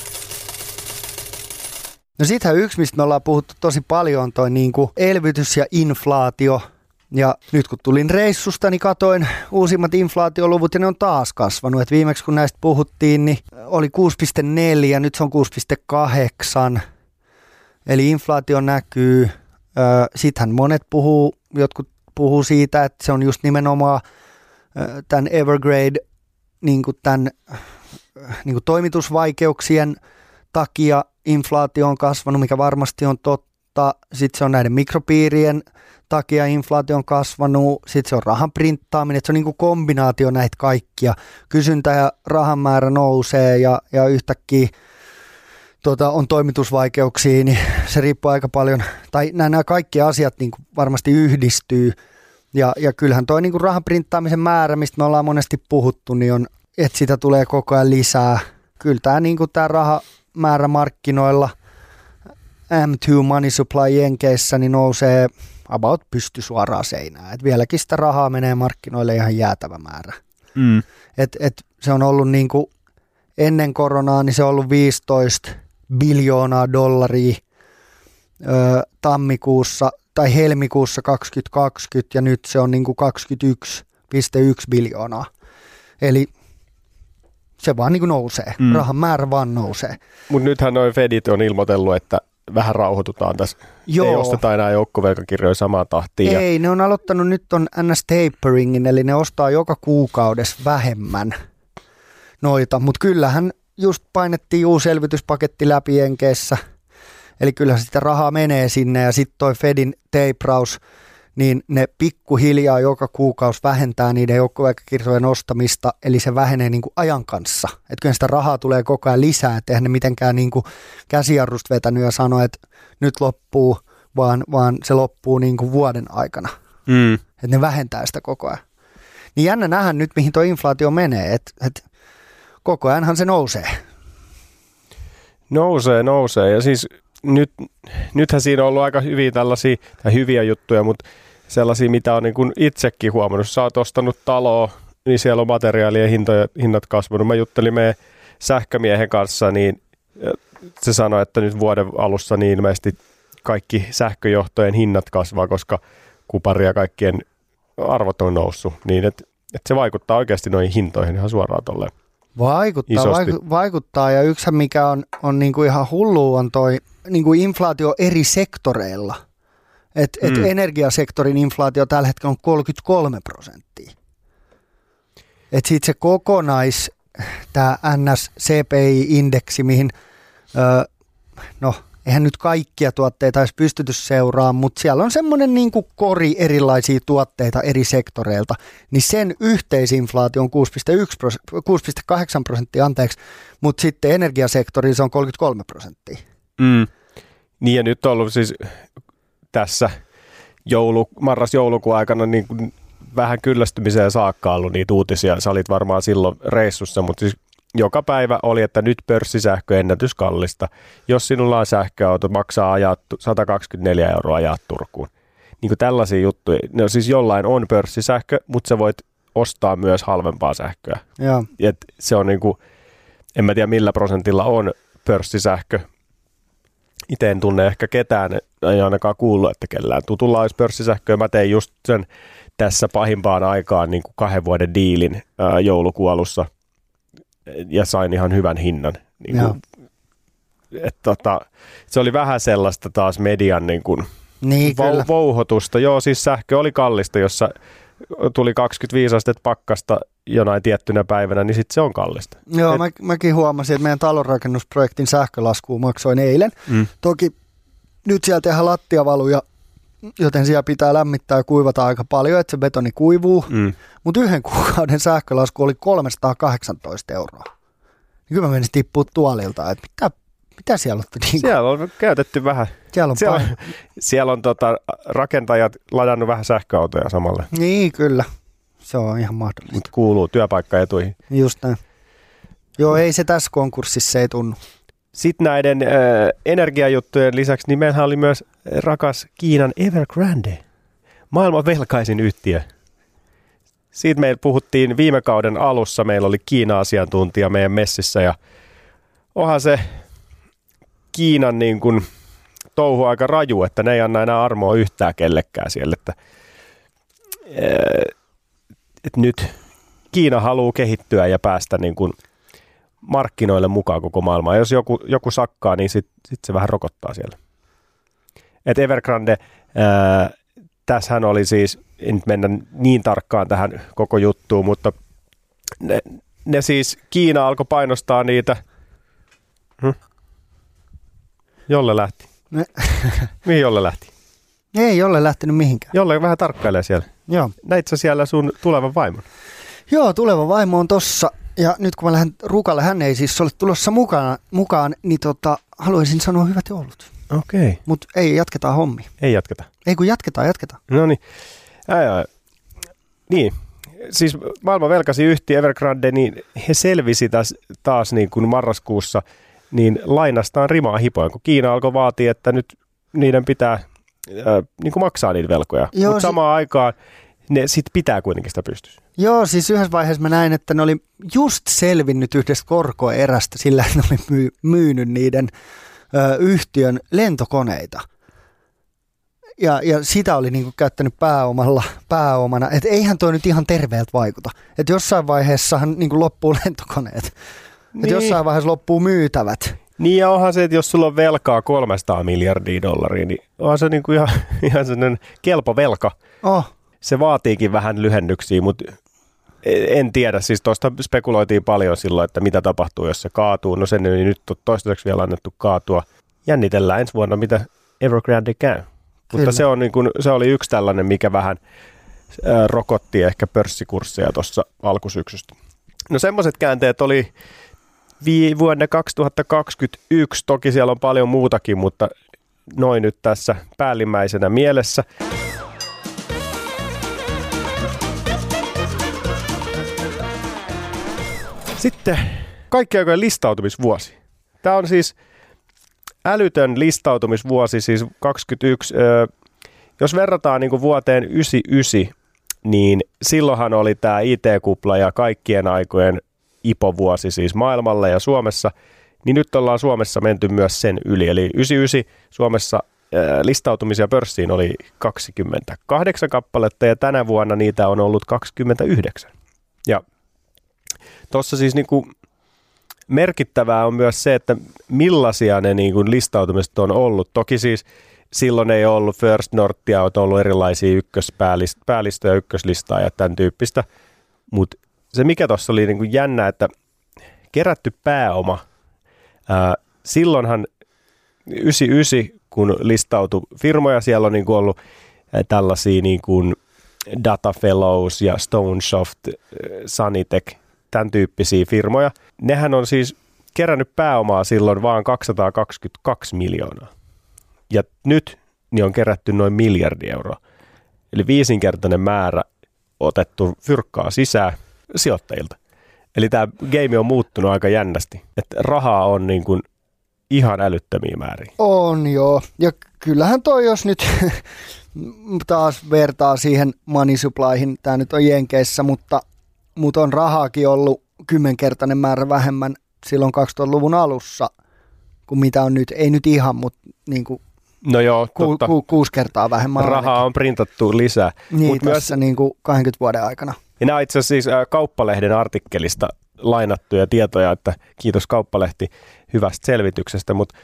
No sittenhän yksi, mistä me ollaan puhuttu tosi paljon, on toi niinku elvytys ja inflaatio. Ja nyt kun tulin reissusta, niin katoin uusimmat inflaatioluvut ja ne on taas kasvanut. Et viimeksi kun näistä puhuttiin, niin oli 6,4, nyt se on 6,8. Eli inflaatio näkyy. Sittenhän monet jotkut puhuu siitä, että se on just nimenomaan tämän Evergrade niin kuin tämän niin kuin toimitusvaikeuksien takia inflaatio on kasvanut, mikä varmasti on totta. Sitten se on näiden mikropiirien takia inflaatio on kasvanut. Sitten se on rahan printtaaminen. Se on niin kuin kombinaatio näitä kaikkia. Kysyntä ja rahan määrä nousee ja yhtäkkiä on toimitusvaikeuksia, niin se riippuu aika paljon. Tai nämä kaikki asiat niin kuin varmasti yhdistyy. Ja kyllähän tuo niin kuin rahan printtaamisen määrä, mistä me ollaan monesti puhuttu, niin on, että sitä tulee koko ajan lisää. Kyllä tämä, niin kuin tämä rahamäärä markkinoilla M2 Money Supply Jenkeissä niin nousee about pystysuoraan seinään. Et vieläkin sitä rahaa menee markkinoille ihan jäätävä määrä. Et se on ollut niin kuin ennen koronaa, niin se on ollut 15 biljoonaa dollaria tammikuussa tai helmikuussa 2020 ja nyt se on niin kuin 21,1 biljoonaa. Eli se vaan niin kuin nousee. Rahan määrä vaan nousee. Mutta nythän noin Fedit on ilmoitellut, että vähän rauhoitutaan tässä. Joo. Ei osteta enää joukkovelkakirjoja samaan tahtiin. Ei, ne on aloittanut nyt on NS taperingin, eli ne ostaa joka kuukaudessa vähemmän noita. Mutta kyllähän just painettiin uusi elvytyspaketti läpi Jenkeissä. Eli kyllähän sitä rahaa menee sinne ja sitten toi Fedin tapeраus, niin ne pikkuhiljaa joka kuukausi vähentää niiden joukkovelkakirjojen ostamista, eli se vähenee niin kuin ajan kanssa. Että kyllä sitä rahaa tulee koko ajan lisää, että eihän ne mitenkään niin kuin käsijarrusta vetänyt ja sano, että nyt loppuu, vaan se loppuu niin kuin vuoden aikana. Että ne vähentää sitä koko ajan. Niin jännä nähdä nyt, mihin tuo inflaatio menee, että koko ajanhan se nousee. Nousee ja siis nythän siinä on ollut aika hyviä juttuja, mutta sellaisia, mitä on niin kuin itsekin huomannut. Sä oot ostanut taloa, niin siellä on materiaalien hinnat kasvanut. Mä juttelin meidän sähkömiehen kanssa, niin se sanoi, että nyt vuoden alussa niin ilmeisesti kaikki sähköjohtojen hinnat kasvaa, koska kupari ja kaikkien arvot on noussut. Niin, että se vaikuttaa oikeasti noihin hintoihin ihan suoraan tolleen. Vaikuttaa ja yksi mikä on niin kuin ihan hullu on toi niin kuin inflaatio eri sektoreilla. Et energiasektorin inflaatio tällä hetkellä on 33%. Et sitten se tämä NS CPI-indeksi, mihin eihän nyt kaikkia tuotteita edes pystytty seuraamaan, mutta siellä on semmoinen niin kuin kori erilaisia tuotteita eri sektoreilta, niin sen yhteisinflaatio on 6,8%, anteeksi, mutta sitten energiasektorilla se on 33%. Niin ja nyt on ollut siis tässä marras-joulukuun aikana niin kuin vähän kyllästymiseen saakka ollut niitä uutisia. Sä olit varmaan silloin reissussa, mutta siis joka päivä oli, että nyt pörssisähkö ennätyskallista. Jos sinulla on sähköauto, maksaa ajaa 124 € ajaa Turkuun. Niin kuin tällaisia juttuja. No siis jollain on pörssisähkö, mutta sä voit ostaa myös halvempaa sähköä. Et se on niin kuin, en mä tiedä millä prosentilla on pörssisähkö. Itse en tunne ehkä ketään, ei ainakaan kuullut, että kellään tutulla olisi pörssisähköä. Mä tein just sen tässä pahimpaan aikaan niin kuin 2 vuoden diilin joulukuun alussa ja sain ihan hyvän hinnan. Niin kuin, se oli vähän sellaista taas median niin kuin vouhotusta. Joo, siis sähkö oli kallista, jossa tuli 25 astetta pakkasta jonain tiettynä päivänä, niin sitten se on kallista. Joo, mäkin huomasin, että meidän talonrakennusprojektin sähkölaskuun maksoin eilen. Toki nyt siellä tehdään lattiavaluja, joten siellä pitää lämmittää ja kuivata aika paljon, että se betoni kuivuu. Mutta 1 kuukauden sähkölasku oli 318 €. Niin kyllä mä menisin tippua tuolilta, että mitä siellä on? Siellä on käytetty vähän. Siellä on rakentajat ladannut vähän sähköautoja samalle. Niin, kyllä. Se on ihan mahdollista. Mutta kuuluu työpaikkaetuihin. Just näin. Joo, ei se tässä konkurssissa ei tunnu. Sitten näiden energiajuttujen lisäksi, niin meillähän oli myös rakas Kiinan Evergrande, maailman velkaisin yhtiö. Siitä meillä puhuttiin viime kauden alussa, meillä oli Kiina-asiantuntija meidän messissä ja onhan se Kiinan niin kuin touhu aika raju, että ne ei anna enää armoa yhtään kellekään siellä, että nyt Kiina haluaa kehittyä ja päästä niin kuin markkinoille mukaan koko maailmaan. Jos joku sakkaa, niin sit se vähän rokottaa siellä. Et Evergrande, tässähän oli siis, en nyt mennä niin tarkkaan tähän koko juttuun, mutta ne siis, Kiina alkoi painostaa niitä. Jolle lähti? Mihin Jolle lähti? Ei Jolle lähtenyt mihinkään. Jolle vähän tarkkailee siellä. Joo. Näit sä siellä sun tulevan vaimon? Joo, tuleva vaimo on tossa. Ja nyt kun mä lähden Rukalle, hän ei siis ole tulossa mukaan niin haluaisin sanoa hyvät joulut. Okei. Okay. Mutta ei, jatketaan hommi. Ei jatketa. Ei kun jatketaan. No niin. Niin, siis maailman velkasi yhtiö Evergrande, niin he selvisi taas niin kuin marraskuussa niin lainastaan rimaa hipoen, kun Kiina alkoi vaatia, että nyt niiden pitää niin kuin maksaa niitä velkoja. Mutta samaan aikaan ne sit pitää kuitenkin sitä pystyssä. Joo, siis yhdessä vaiheessa mä näin, että ne oli just selvinnyt yhdestä korkoerästä sillä, että ne oli myynyt niiden yhtiön lentokoneita. Ja sitä oli niinku käyttänyt pääomana. Että eihän toi nyt ihan terveeltä vaikuta. Että jossain vaiheessahan niinku loppuu lentokoneet. Niin. Että jossain vaiheessa loppuu myytävät. Niin ja onhan se, että jos sulla on velkaa $300 miljardia, niin onhan se niinku ihan sellainen kelpo velka. Se vaatiikin vähän lyhennyksiä, mutta en tiedä. Siis tuosta spekuloitiin paljon silloin, että mitä tapahtuu, jos se kaatuu. No sen ei nyt ole toistaiseksi vielä annettu kaatua. Jännitellään ensi vuonna, mitä Evergrande käy. Mutta se, on niin kuin, se oli yksi tällainen, mikä vähän rokotti ehkä pörssikursseja tuossa alkusyksystä. No semmoiset käänteet oli vuonna 2021. Toki siellä on paljon muutakin, mutta noin nyt tässä päällimmäisenä mielessä. Sitten kaikki aikojen listautumisvuosi. Tämä on siis älytön listautumisvuosi, siis 2021. Jos verrataan niin kuin vuoteen 1999, niin silloinhan oli tämä IT-kupla ja kaikkien aikojen IPO-vuosi siis maailmalla ja Suomessa, niin nyt ollaan Suomessa menty myös sen yli. Eli 1999 Suomessa listautumisia pörssiin oli 28 kappaletta ja tänä vuonna niitä on ollut 29. Ja tuossa siis niin kuin merkittävää on myös se, että millaisia ne niin kuin listautumiset on ollut. Toki siis silloin ei ollut First Northia, on ollut erilaisia ykköspäällistöjä, ykköslistaa ja tämän tyyppistä. Mutta se mikä tuossa oli niin kuin jännä, että kerätty pääoma, silloinhan 99 kun listautui firmoja, siellä on niin kuin ollut tällaisia niin kuin Data Fellows ja Stonesoft, Sanitec, tämän tyyppisiä firmoja. Nehän on siis kerännyt pääomaa silloin vaan 222 miljoonaa. Ja nyt niin on kerätty noin €1 miljardi. Eli 5-kertainen määrä otettu fyrkkaa sisään sijoittajilta. Eli tämä game on muuttunut aika jännästi. Että rahaa on niin kuin ihan älyttömiä määriä. On joo. Ja kyllähän toi, jos nyt taas vertaa siihen money supplyhin, tämä nyt on Jenkeissä, mutta on rahaakin ollut 10-kertainen määrä vähemmän silloin 2000-luvun alussa kuin mitä on nyt. Ei nyt ihan, mutta niin kuin no joo, 6 kertaa vähemmän. Rahaa on printattu lisää. Niin, mut tässä myös niin kuin 20 vuoden aikana. Ja nämä itse asiassa siis Kauppalehden artikkelista lainattuja tietoja, että kiitos Kauppalehti hyvästä selvityksestä, mutta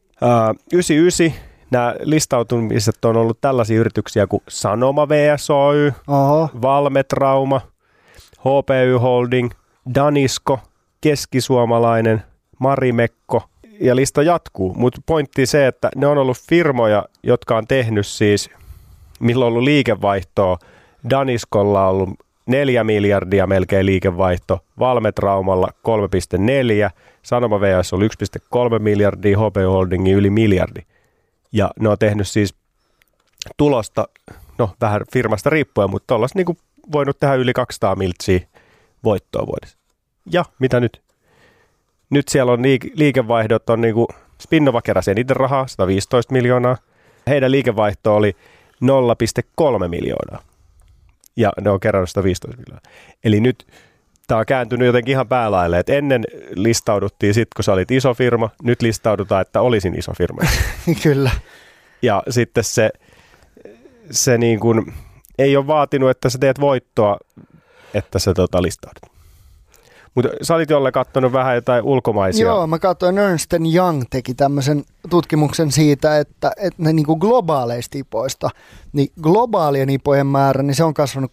99 nämä listautumiset on ollut tällaisia yrityksiä kuin Sanoma VS Oy, Valmetrauma, HPY Holding, Danisco, Keskisuomalainen, Marimekko ja lista jatkuu. Mutta pointti se, että ne on ollut firmoja, jotka on tehnyt siis, millä on ollut liikevaihtoa. Daniscolla on ollut 4 miljardia melkein liikevaihto, Valmetraumalla 3,4, Sanoma VS oli 1,3 miljardia, HPY Holdingin yli miljardi. Ja ne on tehnyt siis tulosta, no vähän firmasta riippuen, mutta tuollaista niin kuin voinut tehdä yli 200 miltsiä voittoa vuodessa. Ja mitä nyt? Nyt siellä on liikevaihdot on niin kuin Spinnova keräsi eniten rahaa, 115 miljoonaa. Heidän liikevaihto oli 0,3 miljoonaa. ja ne on kerännyt 115 miljoonaa. Eli nyt tämä on kääntynyt jotenkin ihan päälaille, että ennen listauduttiin sitten, kun sä olit iso firma, nyt listaudutaan, että olisin iso firma. Kyllä. Ja sitten se niin kuin ei ole vaatinut, että sä teet voittoa, että sä listaudut. Mutta sä olit jolle katsonut vähän jotain ulkomaisia. Joo, mä katsoin Ernst & Young teki tämmöisen tutkimuksen siitä, että ne niinku globaaleista IPOista, niin globaalien IPOjen määrä, niin se on kasvanut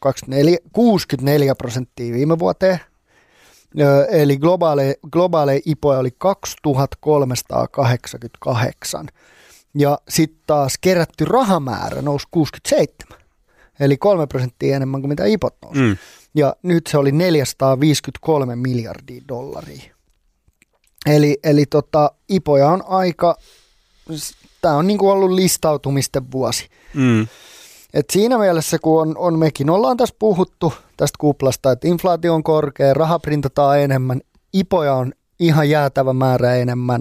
64% viime vuoteen. Eli globaaleja IPOja oli 2388. Ja sitten taas kerätty rahamäärä nousi 67. Eli 3% enemmän kuin mitä IPOt nousi. Ja nyt se oli 453 miljardia dollaria. Eli IPOja on tämä on niinku ollut listautumisten vuosi. Et siinä mielessä, kun mekin ollaan tässä puhuttu tästä kuplasta, että inflaatio on korkea, raha printataan enemmän, IPOja on ihan jäätävä määrä enemmän,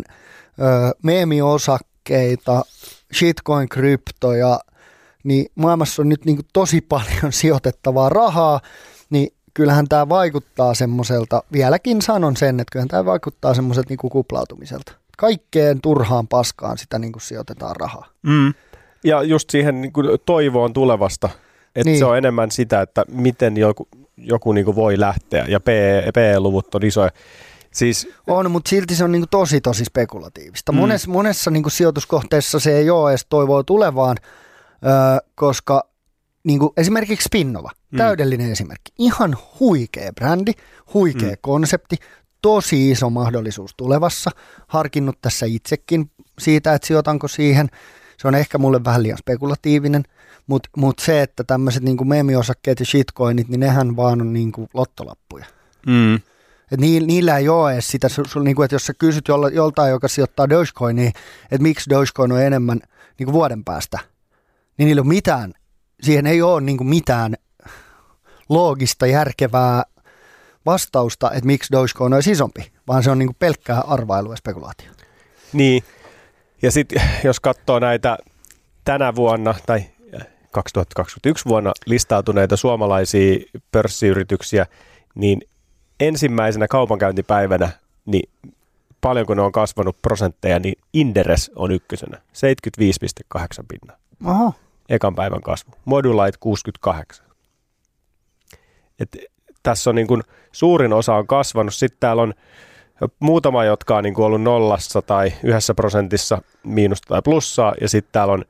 meemiosakkeita, shitcoin, kryptoja, niin maailmassa on nyt niinku tosi paljon sijoitettavaa rahaa, niin kyllähän tämä vaikuttaa semmoiselta, vieläkin sanon sen, että kyllähän tämä vaikuttaa semmoiselta niinku kuplautumiselta. Kaikkeen turhaan paskaan sitä niinku sijoitetaan rahaa. Ja just siihen niinku toivoon tulevasta, että niin. Se on enemmän sitä, että miten joku niinku voi lähteä, ja PE-luvut on isoja. Siis on, mutta silti se on niinku tosi spekulatiivista. Monessa niinku sijoituskohteessa se ei ole edes toivoa tulevaan, koska niin kuin esimerkiksi Spinnova, täydellinen esimerkki. Ihan huikea brändi, huikea konsepti, tosi iso mahdollisuus tulevassa. Harkinnut tässä itsekin siitä, että sijoitanko siihen. Se on ehkä mulle vähän liian spekulatiivinen, mutta se, että tämmöiset niin kuin meemiosakkeet ja shitcoinit, niin nehän vaan on niin kuin lottolappuja. Et niillä ei ole edes sitä, niin kuin, että jos sä kysyt joltain, joka sijoittaa Dogecoiniin, että miksi Dogecoin on enemmän niin kuin vuoden päästä, niin niillä on mitään. Siihen ei ole niin kuin mitään loogista, järkevää vastausta, että miksi Dogecoin olisi isompi, vaan se on niin kuin pelkkää arvailua ja spekulaatio. Niin, ja sitten jos katsoo näitä tänä vuonna tai 2021 vuonna listautuneita suomalaisia pörssiyrityksiä, niin ensimmäisenä kaupankäyntipäivänä, niin paljonko ne on kasvanut prosentteja, niin Inderes on ykkösenä, 75,8 pinnaa. Oho. Ekan päivän kasvu. Modulite 68. Tässä on niin kuin suurin osa on kasvanut. Sitten täällä on muutama, jotka on niin kuin ollut 0 tai 1% miinusta tai plussaa. Ja sitten täällä on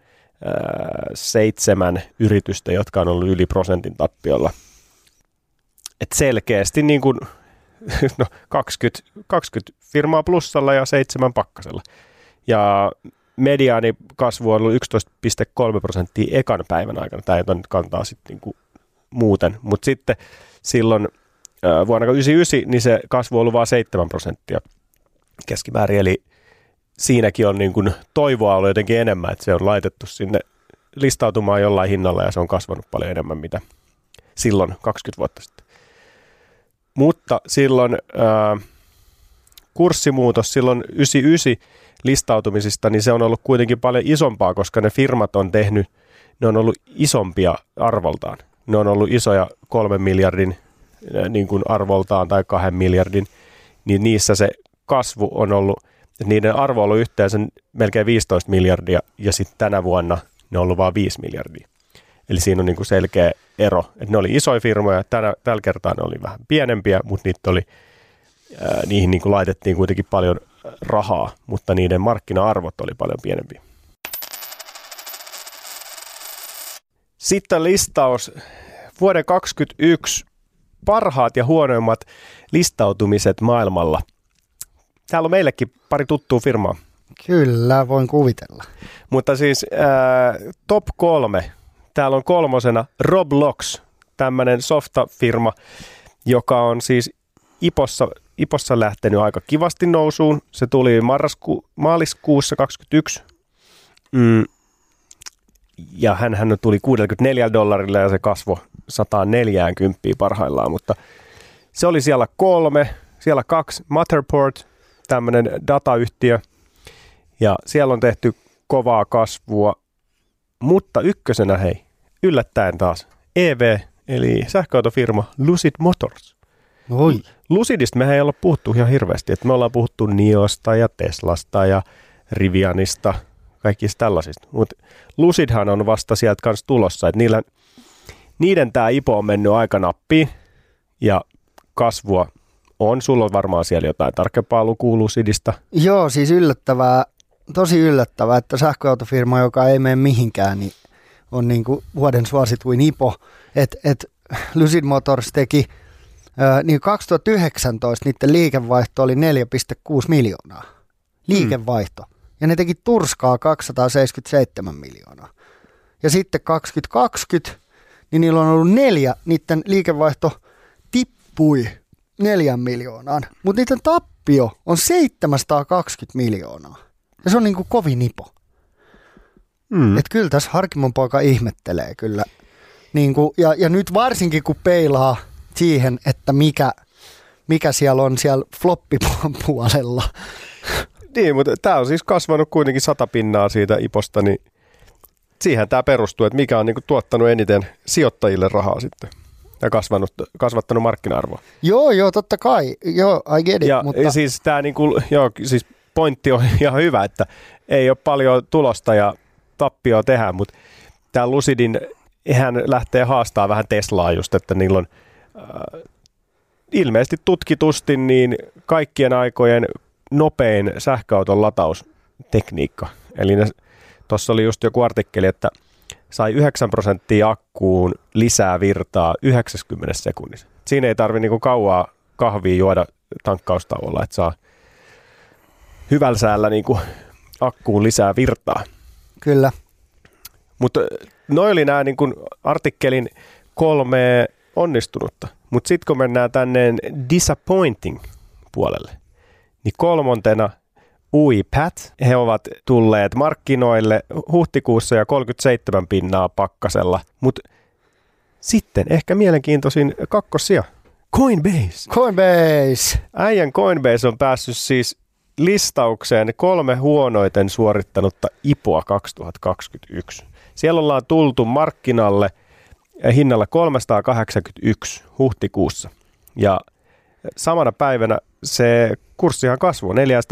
7 yritystä, jotka on ollut yli prosentin tappiolla. Et selkeästi niin kuin, 20 firmaa plussalla ja 7 pakkasella. Ja mediaani kasvu on ollut 11,3% ekan päivän aikana. Tämä ei nyt kantaa sitten niinku muuten, mutta sitten silloin vuonna 1999 niin se kasvu on ollut vain 7% keskimäärin, eli siinäkin on niinku toivoa ollut jotenkin enemmän, että se on laitettu sinne listautumaan jollain hinnalla ja se on kasvanut paljon enemmän mitä silloin 20 vuotta sitten. Mutta silloin kurssimuutos silloin 99 listautumisista, niin se on ollut kuitenkin paljon isompaa, koska ne firmat on tehnyt, ne on ollut isompia arvoltaan. Ne on ollut isoja 3 miljardin niin kuin arvoltaan tai 2 miljardin, niin niissä se kasvu on ollut, että niiden arvo on ollut yhteensä melkein 15 miljardia ja sitten tänä vuonna ne on ollut vain 5 miljardia. Eli siinä on niin kuin selkeä ero, että ne oli isoja firmoja, tällä kertaa ne oli vähän pienempiä, mutta niihin niin kuin laitettiin kuitenkin paljon rahaa, mutta niiden markkina-arvot oli paljon pienempiä. Sitten listaus vuoden 2021 parhaat ja huonoimmat listautumiset maailmalla. Täällä on meillekin pari tuttua firmaa. Kyllä, voin kuvitella. Mutta siis top 3. Täällä on 3. Roblox, tämmöinen softafirma, joka on siis IPOssa lähtenyt aika kivasti nousuun. Se tuli maaliskuussa 2021. Ja hän tuli $64 ja se kasvoi 140 parhaillaan, mutta se oli siellä 3. Siellä 2 Matterport, tämmöinen datayhtiö. Ja siellä on tehty kovaa kasvua, mutta ykkösenä yllättäen taas EV eli sähköautofirma Lucid Motors. Oi. Lucidista mehän ei olla puhuttu ihan hirveästi. Että me ollaan puhuttu Niosta ja Teslasta ja Rivianista, kaikista tällaisista. Mutta Lucidhan on vasta sieltä kanssa tulossa. Että niiden tämä IPO on mennyt aika nappiin ja kasvua on. Sulla on varmaan siellä jotain tarkempaa lukua Lucidista. Joo, siis tosi yllättävää, että sähköautofirma, joka ei mene mihinkään, niin on niin kuin vuoden suosituin IPO. Et Lucid Motors teki niin 2019 niiden liikevaihto oli 4,6 miljoonaa. Liikevaihto. Ja ne teki turskaa 277 miljoonaa. Ja sitten 2020, niin niillä on ollut niiden liikevaihto tippui 4 miljoonaan. Mutta niiden tappio on 720 miljoonaa. Ja se on niin kuin kovin ipo. Että kyllä tässä Harkimon poika ihmettelee kyllä. Niin kuin, ja nyt varsinkin kun peilaa siihen, että mikä siellä on siellä floppipuolella. Niin, mutta tämä on siis kasvanut kuitenkin 100% siitä IPOsta, niin siihen tämä perustuu, että mikä on niinku tuottanut eniten sijoittajille rahaa sitten ja kasvattanut markkina-arvoa. Joo, totta kai. Joo, I get it. Ja siis tämä siis pointti on ihan hyvä, että ei ole paljon tulosta ja tappioa tehdä, mutta tämä Lucidin, hän lähtee haastaa vähän Teslaa just, että niillä on ilmeisesti tutkitusti niin kaikkien aikojen nopein sähköauton lataustekniikka. Eli tuossa oli just joku artikkeli, että sai 9% akkuun lisää virtaa 90 sekunnissa. Siinä ei tarvitse niinku kauaa kahvia juoda tankkaustavalla, että saa hyvällä säällä niinku akkuun lisää virtaa. Kyllä. Mutta noi oli nämä niinku artikkelin 3 onnistunutta. Mutta sitten kun mennään tänne disappointing puolelle, niin 3. UiPath, he ovat tulleet markkinoille huhtikuussa ja 37% pakkasella, mutta sitten ehkä mielenkiintoisin kakkossija, Coinbase. Äijän Coinbase on päässyt siis listaukseen 3 huonoiten suorittanutta IPOa 2021. Siellä ollaan tultu markkinalle hinnalla 381 huhtikuussa ja samana päivänä se kurssihan kasvoi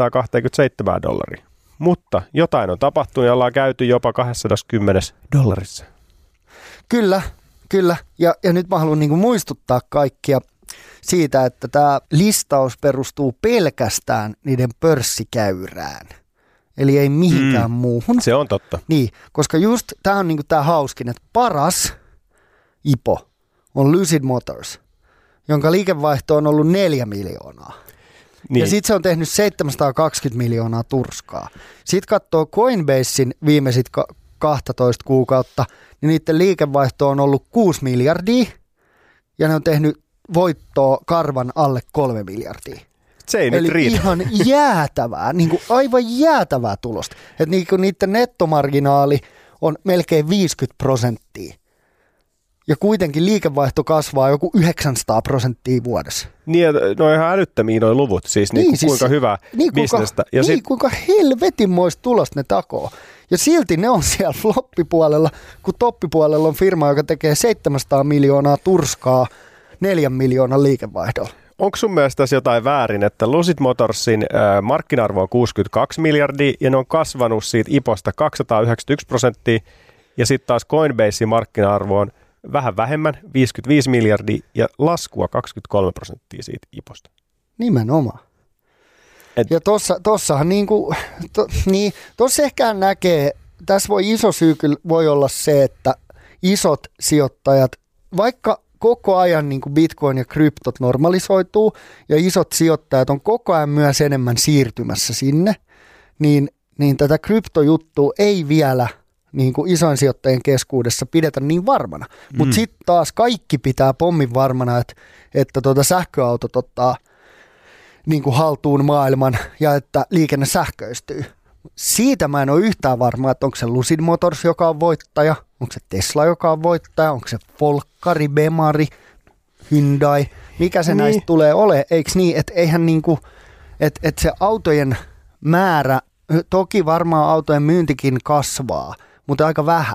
$427. Mutta jotain on tapahtunut ja ollaan käyty jopa $210. Kyllä. Ja nyt mä haluan niinku muistuttaa kaikkia siitä, että tämä listaus perustuu pelkästään niiden pörssikäyrään. Eli ei mihinkään muuhun. Se on totta. Niin, koska just tämä on niinku tää hauskin, että paras IPO on Lucid Motors, jonka liikevaihto on ollut 4 miljoonaa. Niin. Ja sitten se on tehnyt 720 miljoonaa turskaa. Sitten katsoo Coinbasein viimeiset 12 kuukautta, niin niiden liikevaihto on ollut 6 miljardia, ja ne on tehnyt voittoa karvan alle 3 miljardia. Se ei eli nyt riitä. Ihan jäätävää, niin kuin aivan jäätävää tulosta. Että niin niiden nettomarginaali on melkein 50%. Ja kuitenkin liikevaihto kasvaa joku 900% vuodessa. Niin, ne on ihan älyttömiä nuo luvut, siis kuinka hyvää bisnestä. Kuinka helvetinmoista tulosta ne takoo. Ja silti ne on siellä floppipuolella, kun toppipuolella on firma, joka tekee 700 miljoonaa turskaa 4 miljoonan liikevaihdolla. Onko sun mielestä tässä jotain väärin, että Lucid Motorsin markkina-arvo on 62 miljardia ja ne on kasvanut siitä IPOsta 291% ja sitten taas Coinbasein markkina-arvo on vähän vähemmän, 55 miljardia ja laskua 23% siitä IPOsta. Nimenomaan. Ja tossahan tossa ehkä näkee, tässä voi iso syy voi olla se, että isot sijoittajat, vaikka koko ajan niin kuin Bitcoin ja kryptot normalisoituu ja isot sijoittajat on koko ajan myös enemmän siirtymässä sinne, niin tätä kryptojuttua ei vielä niin kuin isoin sijoittajien keskuudessa pidetä niin varmana. Mutta sitten taas kaikki pitää pommin varmana, että sähköautot ottaa niin kuin haltuun maailman ja että liikenne sähköistyy. Siitä mä en ole yhtään varma, että onko se Lucid Motors, joka on voittaja, onko se Tesla, joka on voittaja, onko se Volkkari, Bemari, Hyundai, mikä se näistä tulee ole, eikö niin, että eihän niinku, että se autojen määrä, toki varmaan autojen myyntikin kasvaa, mutta aika vähän.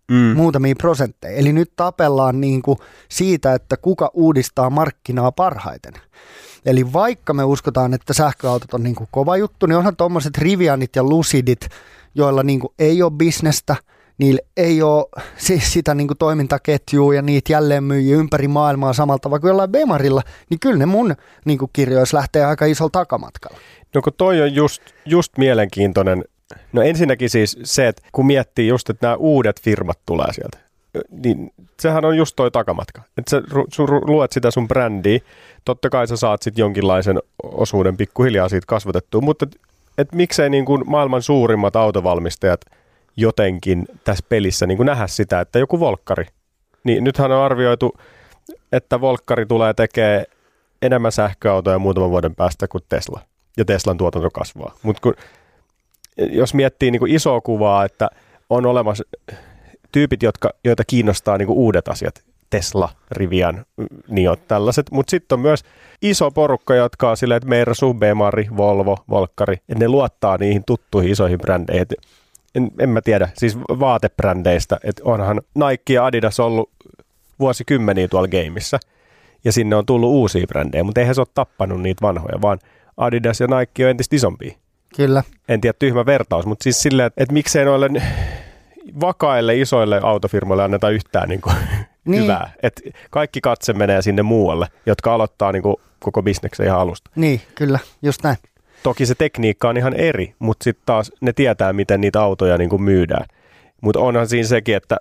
muutamia prosentteja. Eli nyt tapellaan niin kuin siitä, että kuka uudistaa markkinaa parhaiten. Eli vaikka me uskotaan, että sähköautot on niin kuin kova juttu, niin onhan tuommoiset Rivianit ja Lucidit, joilla niin kuin ei ole bisnestä, niillä ei ole sitä niin kuin toimintaketjua ja niitä jälleenmyyjiä ympäri maailmaa samalla tavalla kuin jollain Bemarilla, niin kyllä ne mun niin kuin kirjoissa lähtee aika isolla takamatkalla. No kun toi on just mielenkiintoinen. No ensinnäkin siis se, että kun miettii just, että nämä uudet firmat tulee sieltä, niin sehän on just toi takamatka. Että sä luet sitä sun brändiä, totta kai sä saat sitten jonkinlaisen osuuden pikkuhiljaa siitä kasvatettua, mutta et miksei niin kuin maailman suurimmat autovalmistajat jotenkin tässä pelissä niin kuin nähdä sitä, että joku Volkkari, niin nythän on arvioitu, että Volkkari tulee tekemään enemmän sähköautoja muutaman vuoden päästä kuin Tesla, ja Teslan tuotanto kasvaa. Mutta jos miettii niin kuin isoa kuvaa, että on olemassa tyypit, joita kiinnostaa niin kuin uudet asiat, Tesla, Rivian, Nio, tällaiset, mutta sitten on myös iso porukka, jotka on silleen, että Mersu, Bemari, Volvo, Volkkari, että ne luottaa niihin tuttuihin isoihin brändeihin. En mä tiedä, siis vaatebrändeistä, että onhan Nike ja Adidas ollut vuosikymmeniä tuolla gameissa, ja sinne on tullut uusia brändejä, mutta eihän se ole tappanut niitä vanhoja, vaan Adidas ja Nike on entistä isompia. Kyllä. En tiedä, tyhmä vertaus, mutta siis silleen, että miksei noille vakaille isoille autofirmoille anneta yhtään niin kuin hyvää. Että kaikki katse menee sinne muualle, jotka aloittaa niin kuin koko bisneksen ihan alusta. Niin, kyllä, just näin. Toki se tekniikka on ihan eri, mutta sitten taas ne tietää, miten niitä autoja niin kuin myydään. Mutta onhan siinä sekin, että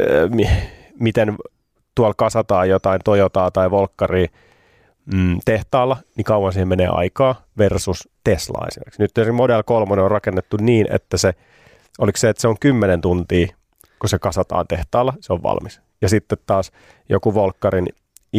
miten tuolla kasataan jotain Toyotaa tai Volkkaria tehtaalla, niin kauan siihen menee aikaa versus Tesla esimerkiksi. Nyt Model 3 on rakennettu niin, että oliko se, että se on 10 tuntia, kun se kasataan tehtaalla, se on valmis. Ja sitten taas joku Volkkarin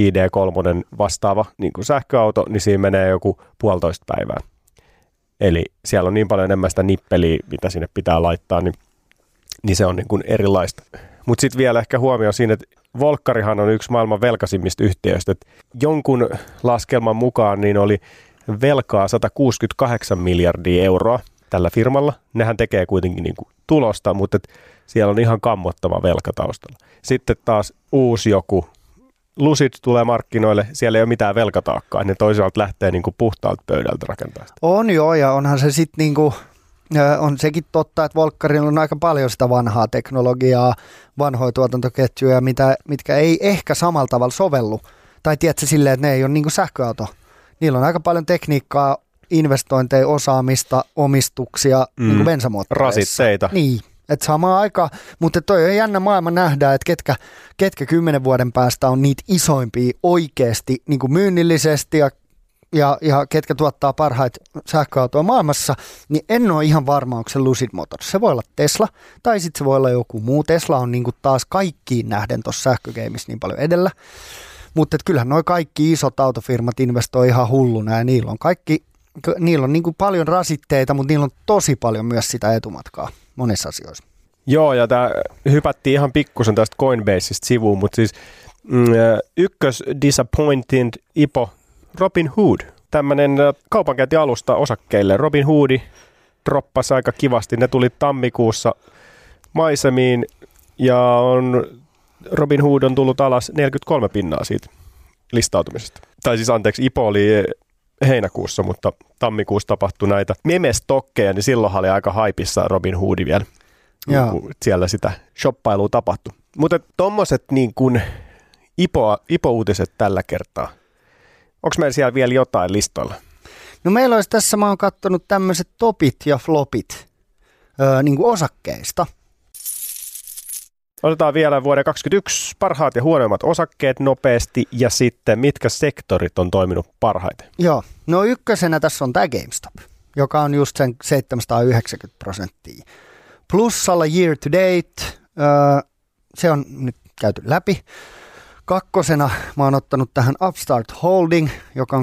ID3 vastaava niin kuin sähköauto, niin siinä menee joku 1,5 päivää. Eli siellä on niin paljon enemmän sitä nippeliä, mitä sinne pitää laittaa, niin se on niin kuin erilaista. Mutta sitten vielä ehkä huomio siinä, että Volkkarihan on yksi maailman velkaisimmista yhtiöistä. Että jonkun laskelman mukaan niin oli velkaa 168 miljardia euroa tällä firmalla. Nehän tekee kuitenkin niin kuin tulosta, mutta siellä on ihan kammottava velka taustalla. Sitten taas uusi joku Lucid tulee markkinoille, siellä ei ole mitään velkataakkaa, ne toisaalta lähtee niin kuin puhtaalta pöydältä rakentamaan. On joo, ja onhan se sitten niin kuin, on sekin totta, että Volkkarilla on aika paljon sitä vanhaa teknologiaa, vanhoja tuotantoketjuja, mitkä ei ehkä samalla tavalla sovellu. Tai tiedätkö silleen, että ne ei ole niin kuin sähköauto. Niillä on aika paljon tekniikkaa, investointeja, osaamista, omistuksia niin kuin bensamoottoreissa. Rasitteita. Niin. Että samaan aikaan, mutta toi on jännä maailma nähdä, että ketkä 10 vuoden päästä on niitä isoimpia oikeasti niin kuin myynnillisesti ja ketkä tuottaa parhaita sähköautoja maailmassa, niin en ole ihan varma, onko se Lucid Motors. Se voi olla Tesla tai sitten se voi olla joku muu. Tesla on niin kuin taas kaikkiin nähden tuossa sähkögameissa niin paljon edellä, mutta kyllähän nuo kaikki isot autofirmat investoi ihan hulluna ja niillä on niin kuin paljon rasitteita, mutta niillä on tosi paljon myös sitä etumatkaa monissa asioissa. Joo, ja tämä hypättiin ihan pikkusen tästä Coinbaseista sivuun, mutta siis ykkös disappointed IPO Robinhood, tämmöinen kaupankäyntialusta osakkeille. Robinhoodi droppasi aika kivasti, ne tuli tammikuussa maisemiin ja Robinhood on tullut alas 43% siitä listautumisesta. Tai siis anteeksi, IPO oli heinäkuussa, mutta tammikuussa tapahtui näitä meme-stokkeja, niin silloinhan oli aika haipissa Robinhoodi vielä. Siellä sitä shoppailua tapahtui. Mutta tommoset niin kuin IPO-uutiset tällä kertaa. Onko meillä siellä vielä jotain listoilla? No meillä olisi tässä, mä oon katsonut tämmöiset topit ja flopit niin kuin osakkeista. Otetaan vielä vuoden 2021 parhaat ja huonoimmat osakkeet nopeasti ja sitten mitkä sektorit on toiminut parhaiten. Joo, no ykkösenä tässä on tämä GameStop, joka on just sen 790%. Plussalla year to date, se on nyt käyty läpi. Kakkosena mä oon ottanut tähän Upstart Holding, joka on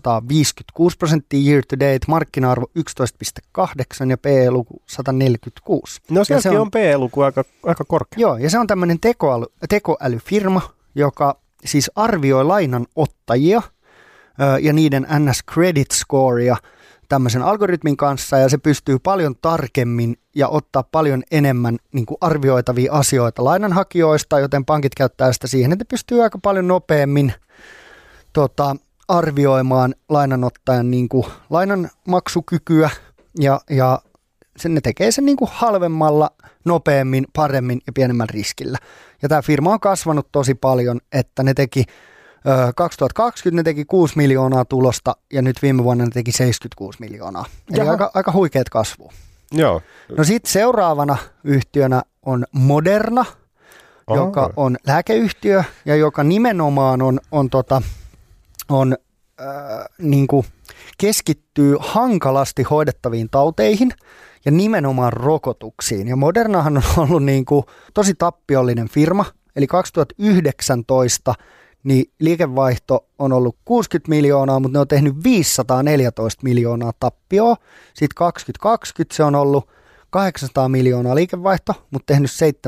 256% year to date, markkina-arvo 11,8 ja PE-luku 146. No sielläkin on PE-luku aika korkea. Joo, ja se on tämmöinen tekoälyfirma, joka siis arvioi lainanottajia ja niiden NS Credit Scorea tämmöisen algoritmin kanssa ja se pystyy paljon tarkemmin ja ottaa paljon enemmän niin kuin arvioitavia asioita lainanhakijoista, joten pankit käyttää sitä siihen, että pystyy aika paljon nopeammin arvioimaan lainanottajan niin kuin lainanmaksukykyä ja ne tekee sen niin kuin halvemmalla, nopeammin, paremmin ja pienemmällä riskillä. Ja tämä firma on kasvanut tosi paljon, että ne teki 2020 ne teki 6 miljoonaa tulosta ja nyt viime vuonna ne teki 76 miljoonaa. Eli aika huikeat kasvua. Joo. No sitten seuraavana yhtiönä on Moderna, joka on lääkeyhtiö ja joka nimenomaan niin kuin keskittyy hankalasti hoidettaviin tauteihin ja nimenomaan rokotuksiin. Ja Modernahan on ollut niin kuin tosi tappiollinen firma, eli 2019 niin liikevaihto on ollut 60 miljoonaa, mutta ne on tehnyt 514 miljoonaa tappioa. Sitten 2020 se on ollut 800 miljoonaa liikevaihto, mutta tehnyt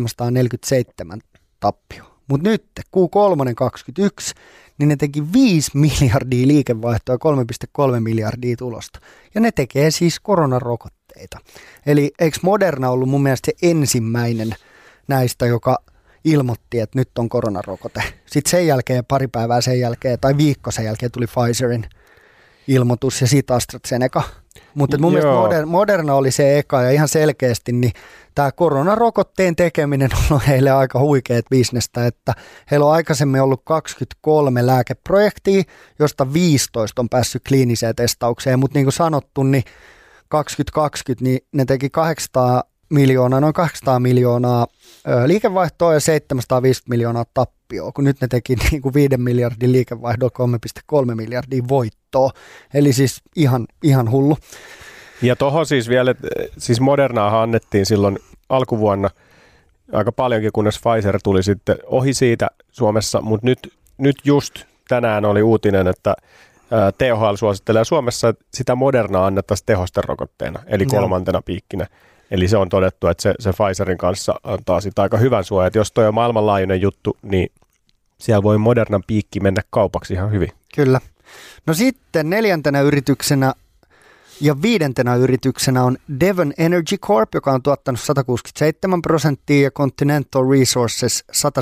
747 tappioa. Mutta nyt Q3 21, niin ne teki 5 miljardia liikevaihtoa ja 3,3 miljardia tulosta. Ja ne tekee siis koronarokotteita. Eli eikö Moderna ollut mun mielestä se ensimmäinen näistä, joka ilmoitti, että nyt on koronarokote. Sitten sen jälkeen, pari päivää sen jälkeen tai viikko sen jälkeen tuli Pfizerin ilmoitus ja sitten AstraZeneca. Mutta mun mielestä Moderna oli se eka ja ihan selkeästi niin tämä koronarokotteen tekeminen on ollut heille aika huikeat bisnestä, että heillä on aikaisemmin ollut 23 lääkeprojektia, josta 15 on päässyt kliiniseen testaukseen, mutta niin kuin sanottu, niin 2020 niin ne teki noin 800 miljoonaa liikevaihtoa ja 750 miljoonaa tappioa, kun nyt ne teki niin kuin 5 miljardin liikevaihdoa 3,3 miljardia voittoa, eli siis ihan hullu. Ja tuohon siis vielä, siis Modernaahan annettiin silloin alkuvuonna aika paljonkin, kunnes Pfizer tuli sitten ohi siitä Suomessa, mutta nyt just tänään oli uutinen, että THL suosittelee Suomessa, että sitä Modernaa annettaisiin tehosterokotteena, eli kolmantena piikkinä. Eli se on todettu, että se Pfizerin kanssa antaa sitä aika hyvän suojan, että jos toi on maailmanlaajuinen juttu, niin siellä voi Modernan piikki mennä kaupaksi ihan hyvin. Kyllä. No sitten 4. yrityksenä ja 5. yrityksenä on Devon Energy Corp, joka on tuottanut 167% ja Continental Resources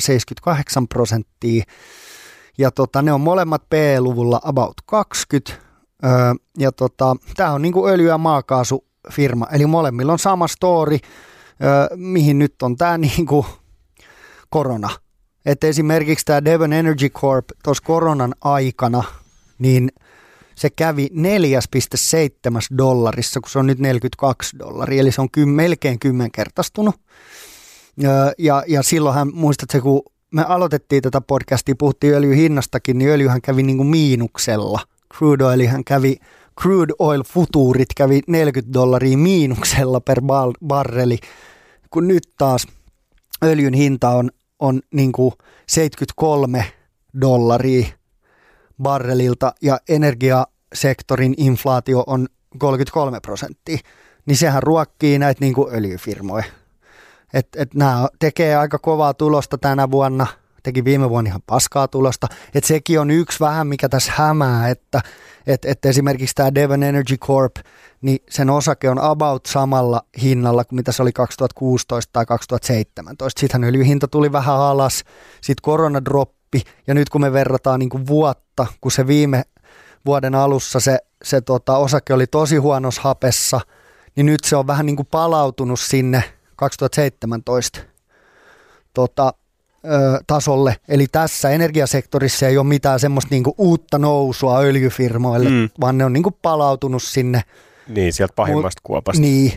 178%. Ja ne on molemmat P-luvulla about 20. Ja tämä on niin kuin öljy- ja maakaasufirma, eli molemmilla on sama story, mihin nyt on tämä niin kuin korona. Että esimerkiksi tämä Devon Energy Corp tuossa koronan aikana, niin se kävi $4.7, kun se on nyt $42, eli se on melkein 10-kertaistunut. Ja silloinhan, muistatko, kun me aloitettiin tätä podcastia, puhuttiin öljyn hinnastakin, niin öljyhän kävi niin kuin miinuksella. Crude oil futuurit kävi $40 miinuksella per barreli, kun nyt taas öljyn hinta on niin kuin $73 barrelilta ja energiasektorin inflaatio on 33%, niin sehän ruokkii näitä niin kuin öljyfirmoja. Et nämä tekee aika kovaa tulosta tänä vuonna, teki viime vuonna ihan paskaa tulosta. Et sekin on yksi vähän, mikä tässä hämää, että esimerkiksi tämä Devon Energy Corp, niin sen osake on about samalla hinnalla kuin mitä se oli 2016 tai 2017. Sittenhän öljyhinta tuli vähän alas, sitten korona droppi, ja nyt kun me verrataan niin kuin vuotta, kun se viime vuoden alussa se osake oli tosi huonossa hapessa, niin nyt se on vähän niin kuin palautunut sinne 2017 tasolle. Eli tässä energiasektorissa ei ole mitään semmoista niinku uutta nousua öljyfirmoille, vaan ne on niinku palautunut sinne. Niin, sieltä pahimmasta kuopasta. Niin.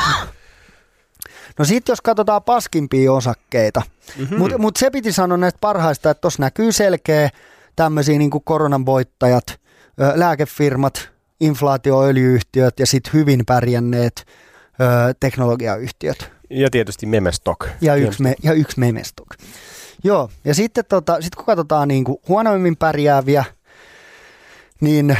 No sitten jos katsotaan paskimpia osakkeita, mutta se piti sanoa näistä parhaista, että tuossa näkyy selkeä tämmöisiä niinku koronan voittajat, lääkefirmat, inflaatio-öljyyhtiöt ja sitten hyvin pärjänneet teknologiayhtiöt. Ja tietysti memestock. Ja yksi memestock. Joo, ja sitten kun katsotaan niin kuin huonommin pärjääviä, niin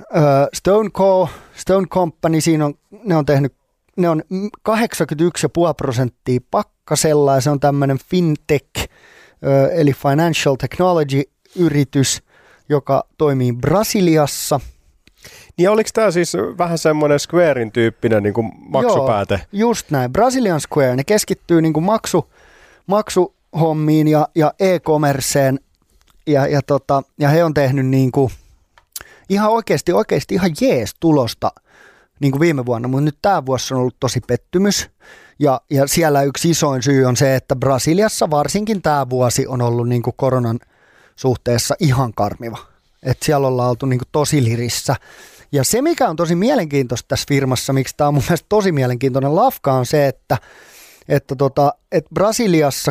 Stone Company, ne on 81,5% pakkasella, ja se on tämmöinen fintech, eli financial technology-yritys, joka toimii Brasiliassa. Niin oliko tämä siis vähän semmoinen Squarein tyyppinen niin kuin maksupääte? Joo, just näin. Brazilian Square, ne keskittyy niin kuin maksuhommiin ja e-commerceen ja he on tehnyt niin kuin ihan oikeasti ihan jees tulosta niin kuin viime vuonna, mutta nyt tämä vuosi on ollut tosi pettymys. Ja siellä yksi isoin syy on se, että Brasiliassa varsinkin tämä vuosi on ollut niin kuin koronan suhteessa ihan karmiva. Että siellä ollaan oltu niin kuin tosi lirissä. Ja se, mikä on tosi mielenkiintoista tässä firmassa, miksi tämä on mun mielestä tosi mielenkiintoinen lafka, on se, että Brasiliassa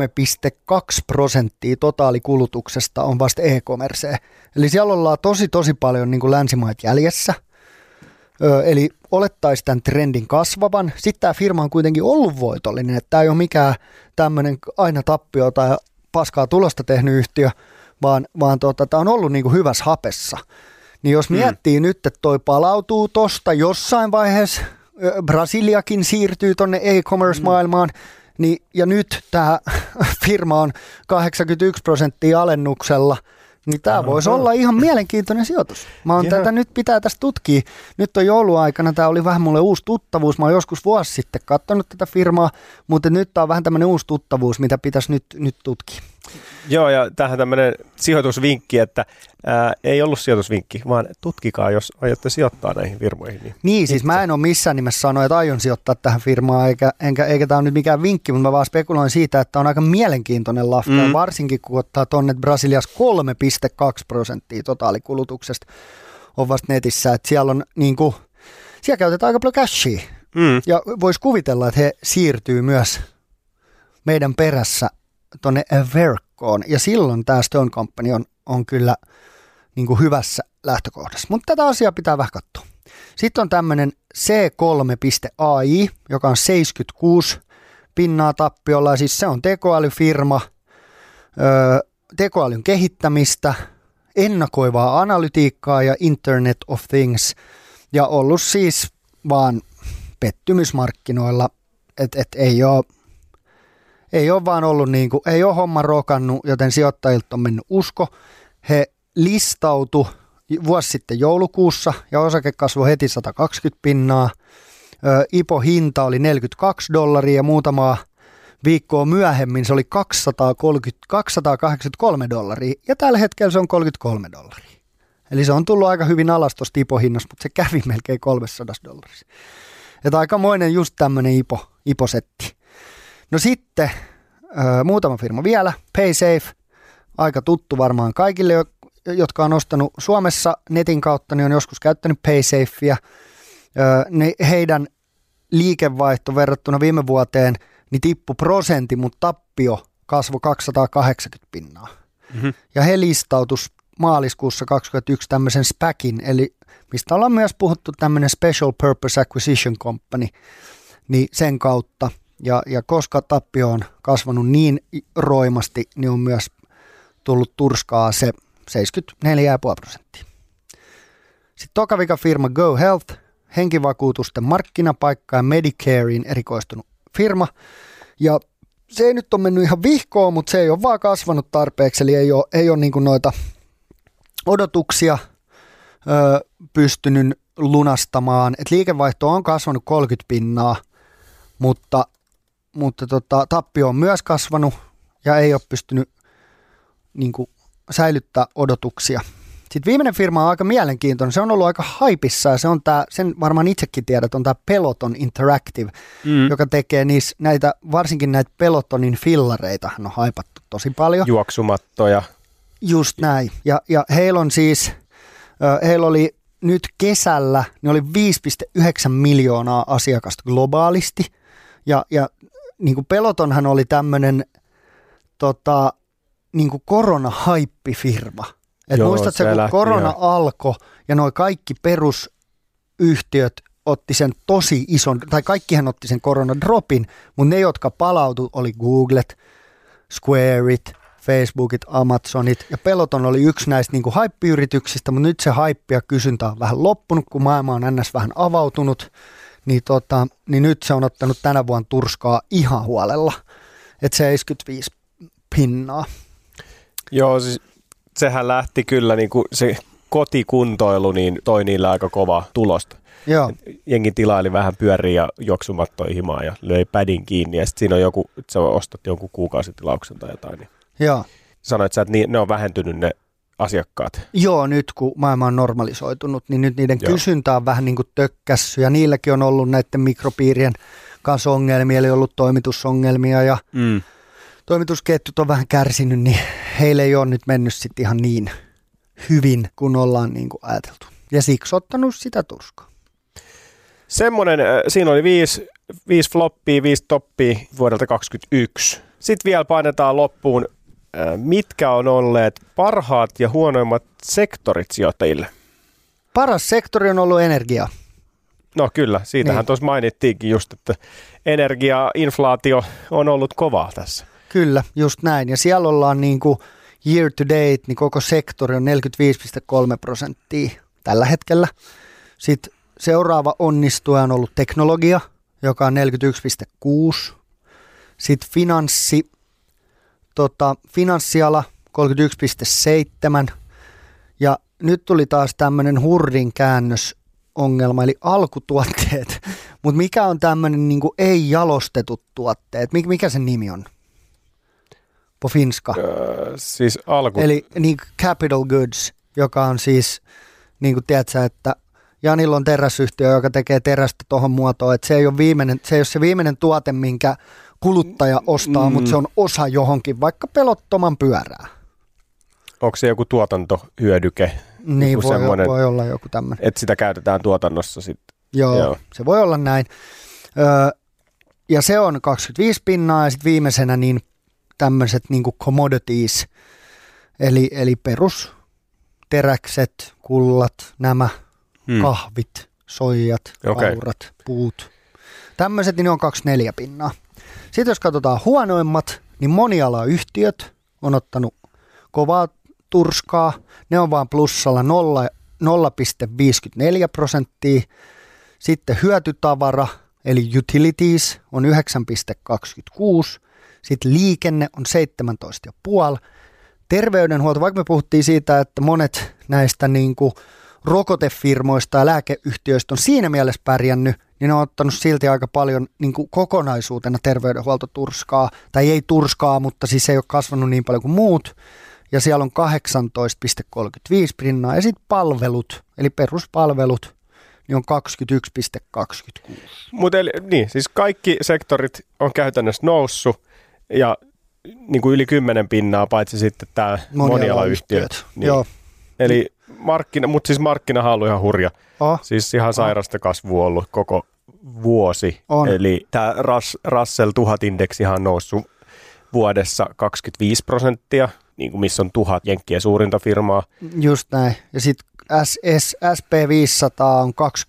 3,2% totaalikulutuksesta on vasta e-commerce. Eli siellä ollaan tosi paljon niin kuin länsimaat jäljessä. Eli olettaisi tämän trendin kasvavan. Sitten tämä firma on kuitenkin ollut voitollinen, että tämä ei ole mikään tämmöinen aina tappio tai paskaa tulosta tehnyt yhtiö, vaan tämä on ollut niin kuin hyvässä hapessa. Niin jos miettii nyt, että toi palautuu tosta jossain vaiheessa, Brasiliakin siirtyy tonne e-commerce-maailmaan, niin, ja nyt tämä firma on 81% alennuksella, niin tämä voisi olla ihan mielenkiintoinen sijoitus. Tätä nyt pitää tästä tutkia. Nyt on jouluaikana, tämä oli vähän mulle uusi tuttavuus. Mä oon joskus vuosi sitten katsonut tätä firmaa, mutta nyt tämä on vähän tämmöinen uusi tuttavuus, mitä pitäisi nyt tutkia. Joo, ja tähän tämmöinen sijoitusvinkki, että ei ollut sijoitusvinkki, vaan tutkikaa, jos aiotte sijoittaa näihin firmoihin. Niin siis mä en ole missään nimessä sanoa, että aion sijoittaa tähän firmaan, eikä tämä ole nyt mikään vinkki, mutta mä vaan spekuloin siitä, että on aika mielenkiintoinen lafka, varsinkin kun ottaa tuonne Brasiliassa 3,2% totaalikulutuksesta on vasta netissä, että siellä on niinku, siellä käytetään aika paljon cashia, ja voisi kuvitella, että he siirtyy myös meidän perässä tuonne verkkoon, ja silloin tämä Stone Company on kyllä niin kuin hyvässä lähtökohdassa. Mutta tätä asiaa pitää vähän katsoa. Sitten on tämmöinen C3.ai, joka on 76 pinnaa tappiolla, ja siis se on tekoälyfirma, tekoälyn kehittämistä, ennakoivaa analytiikkaa ja Internet of Things, ja ollut siis vaan pettymysmarkkinoilla, että ei ole vaan ollut niin kuin, ei ole homma rokannut, joten sijoittajilta on mennyt usko. He listautu vuosi sitten joulukuussa ja osake kasvoi heti 120 pinnaa. IPO-hinta oli $42 ja muutamaa viikkoa myöhemmin se oli $283 ja tällä hetkellä se on $33. Eli se on tullut aika hyvin alas tuosta IPO-hinnasta, mutta se kävi melkein $300. Että aikamoinen just tämmöinen IPO-setti. No sitten muutama firma vielä, PaySafe, aika tuttu varmaan kaikille, jotka on ostanut Suomessa netin kautta, niin on joskus käyttänyt PaySafea. Heidän liikevaihto verrattuna viime vuoteen niin tippui prosentti, mutta tappio kasvoi 280 pinnaa. Ja he listautus maaliskuussa 2021 tämmöisen SPACin, eli mistä ollaan myös puhuttu tämmöinen Special Purpose Acquisition Company, niin sen kautta. Ja koska tappio on kasvanut niin roimasti, niin on myös tullut turskaa se 74,5%. Sitten tokavika firma Go Health, henkivakuutusten markkinapaikka ja Medicarein erikoistunut firma. Ja se ei nyt ole mennyt ihan vihkoon, mutta se ei ole vaan kasvanut tarpeeksi, eli ei ole niin kuin noita odotuksia pystynyt lunastamaan. Et liikevaihto on kasvanut 30 pinnaa, mutta tappio on myös kasvanut ja ei ole pystynyt niin kuin, säilyttää odotuksia. Sitten viimeinen firma on aika mielenkiintoinen. Se on ollut aika haipissa ja se on sen varmaan itsekin tiedät, on tämä Peloton Interactive, joka tekee varsinkin näitä Pelotonin fillareita. Hän on haipattu tosi paljon. Juoksumattoja. Just näin. Ja heillä on siis, heillä oli nyt kesällä, niin oli 5,9 miljoonaa asiakasta globaalisti. Ja niin kuin Pelotonhan oli tämmöinen niin kuin korona-haippifirma. Muistatko, kun korona alkoi ja noi kaikki perusyhtiöt otti sen tosi ison, tai kaikkihan otti sen koronadropin, mutta ne, jotka palautu, oli Googlet, Squareit, Facebookit, Amazonit, ja Peloton oli yksi näistä niin kuin haippiyrityksistä, mutta nyt se haippi ja kysyntä on vähän loppunut, kun maailma on ns. Vähän avautunut, niin nyt se on ottanut tänä vuonna turskaa ihan huolella, että 75 pinnaa. Joo, siis sehän lähti kyllä, niin kuin se kotikuntoilu niin toi niillä aika kova tulosta. Joo. Jengi tilaili vähän pyöriä ja juoksumattoja himaa ja löi pädin kiinni ja sitten siinä on joku, että sä ostat jonkun kuukausitilauksen tai jotain. Niin Joo. sanoit sä, että ne on vähentynyt ne asiakkaat. Joo, nyt kun maailma on normalisoitunut, niin nyt niiden kysyntä on vähän niin kuin tökkässyt ja niilläkin on ollut näiden mikropiirien kanssa ongelmia, eli ollut toimitusongelmia ja toimitusketjut on vähän kärsinyt, niin heille ei ole nyt mennyt sitten ihan niin hyvin, kun ollaan niin kuin ajateltu. Ja siksi ottanut sitä tuskaa. Semmoinen, siinä oli 5 floppia, 5 toppia vuodelta 2021. Sitten vielä painetaan loppuun, mitkä on olleet parhaat ja huonoimmat sektorit sijoittajille? Paras sektori on ollut energia. No kyllä, siitähän niin. Tuossa mainittiinkin just, että energiainflaatio on ollut kovaa tässä. Kyllä, just näin. Ja siellä ollaan niin kuin year to date, niin koko sektori on 45,3% tällä hetkellä. Sitten seuraava onnistuja on ollut teknologia, joka on 41,6%. Sitten finanssiala 31,7%. Ja nyt tuli taas tämmöinen hurrin käännösongelma, eli alkutuotteet. Mutta mikä on tämmöinen niin kuin ei-jalostetut tuotteet? Mikä sen nimi on? På finska. Siis Eli niin capital goods, joka on siis, niin kuin tiedätkö, että Janilla on teräsyhtiö, joka tekee terästä tuohon muotoon, että se ei ole se viimeinen tuote, minkä kuluttaja ostaa, mutta se on osa johonkin, vaikka pelottoman pyörää. Onko se joku tuotantohyödyke? Niin, voi olla joku tämmöinen. Että sitä käytetään tuotannossa sitten. Joo, se voi olla näin. Ja se on 25% ja sitten viimeisenä niin tämmöiset niin kuin commodities, eli perusteräkset, kullat, nämä kahvit, soijat, kaurat, puut. Tämmöiset, niin ne on 24%. Sitten jos katsotaan huonoimmat, niin monialayhtiöt on ottanut kovaa turskaa. Ne on vaan plussalla 0,54%. Sitten hyötytavara, eli utilities, on 9,26%. Sitten liikenne on 17,5%. Terveydenhuolto, vaikka me puhuttiin siitä, että monet näistä niin kuin rokotefirmoista ja lääkeyhtiöistä on siinä mielessä pärjännyt, niin ne on ottanut silti aika paljon niin kuin kokonaisuutena terveydenhuoltoturskaa. Tai ei turskaa, mutta siis ei ole kasvanut niin paljon kuin muut. Ja siellä on 18,35%. Ja sitten palvelut, eli peruspalvelut, niin on 21,26%. Mutta niin, siis kaikki sektorit on käytännössä noussut ja niin kuin yli 10%, paitsi sitten tämä monialayhtiöt. Niin. Joo. Eli mutta siis markkinahan on ollut ihan hurja. Siis ihan sairasta kasvua ollut koko vuosi. Eli tämä Russell 1000-indeksihan on noussut vuodessa 25%, niin kuin missä on 1000 jenkkien suurinta firmaa. Just näin. Ja sitten SP500 on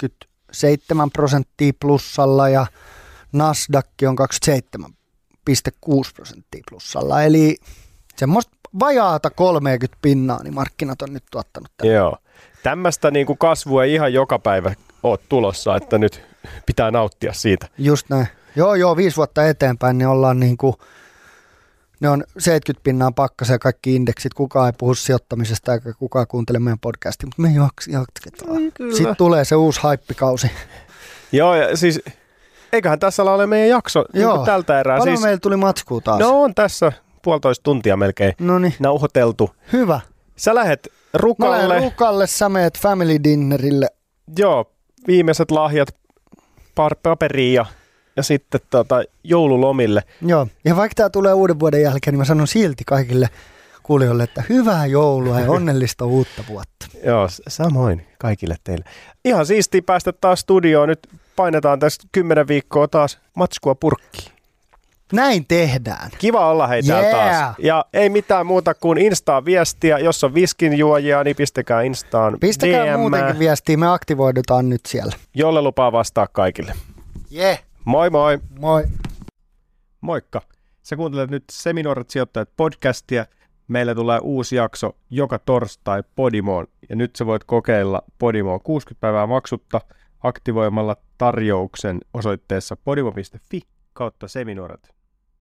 27% plussalla ja Nasdaq on 27,6% plussalla. Eli semmoista vajaata 30%, niin markkinat on nyt tuottanut tämän. Joo. Tämmöistä niin kuin kasvua ei ihan joka päivä ole tulossa, että nyt pitää nauttia siitä. Just näin. Joo, 5 vuotta eteenpäin niin ollaan niin kuin, ne on 70% pakkaseen ja kaikki indeksit. Kukaan ei puhu sijoittamisesta eikä kukaan kuuntele meidän podcastia, mutta me jatketaan. Sitten tulee se uusi haippikausi. Joo, ja siis eiköhän tässä ole meidän jakso niin tältä erää. Paljon meillä tuli matskua taas. No on tässä 1,5 tuntia melkein nauhoiteltu. Hyvä. Sä lähet Rukalle. Mä lähden Rukalle, sä meet family dinnerille. Joo, viimeiset lahjat paperiin ja sitten joululomille. Joo, ja vaikka tämä tulee uuden vuoden jälkeen, niin mä sanon silti kaikille kuulijoille, että hyvää joulua ja onnellista uutta vuotta. Joo, samoin kaikille teille. Ihan siistiä päästä taas studioon. Nyt painetaan tästä 10 viikkoa taas matskua purkkiin. Näin tehdään. Kiva olla hei täällä taas. Ja ei mitään muuta kuin Instaan viestiä. Jos on viskinjuojia, niin pistäkää Instaan Pistäkää muutenkin viestiä, me aktivoidutaan nyt siellä. Jolle lupaa vastaa kaikille. Moi moi. Moi. Moikka. Sä kuuntelet nyt Seminuoret sijoittajat podcastia. Meillä tulee uusi jakso joka torstai Podimoon. Ja nyt sä voit kokeilla Podimoon 60 päivää maksutta aktivoimalla tarjouksen osoitteessa podimo.fi/seminuoret.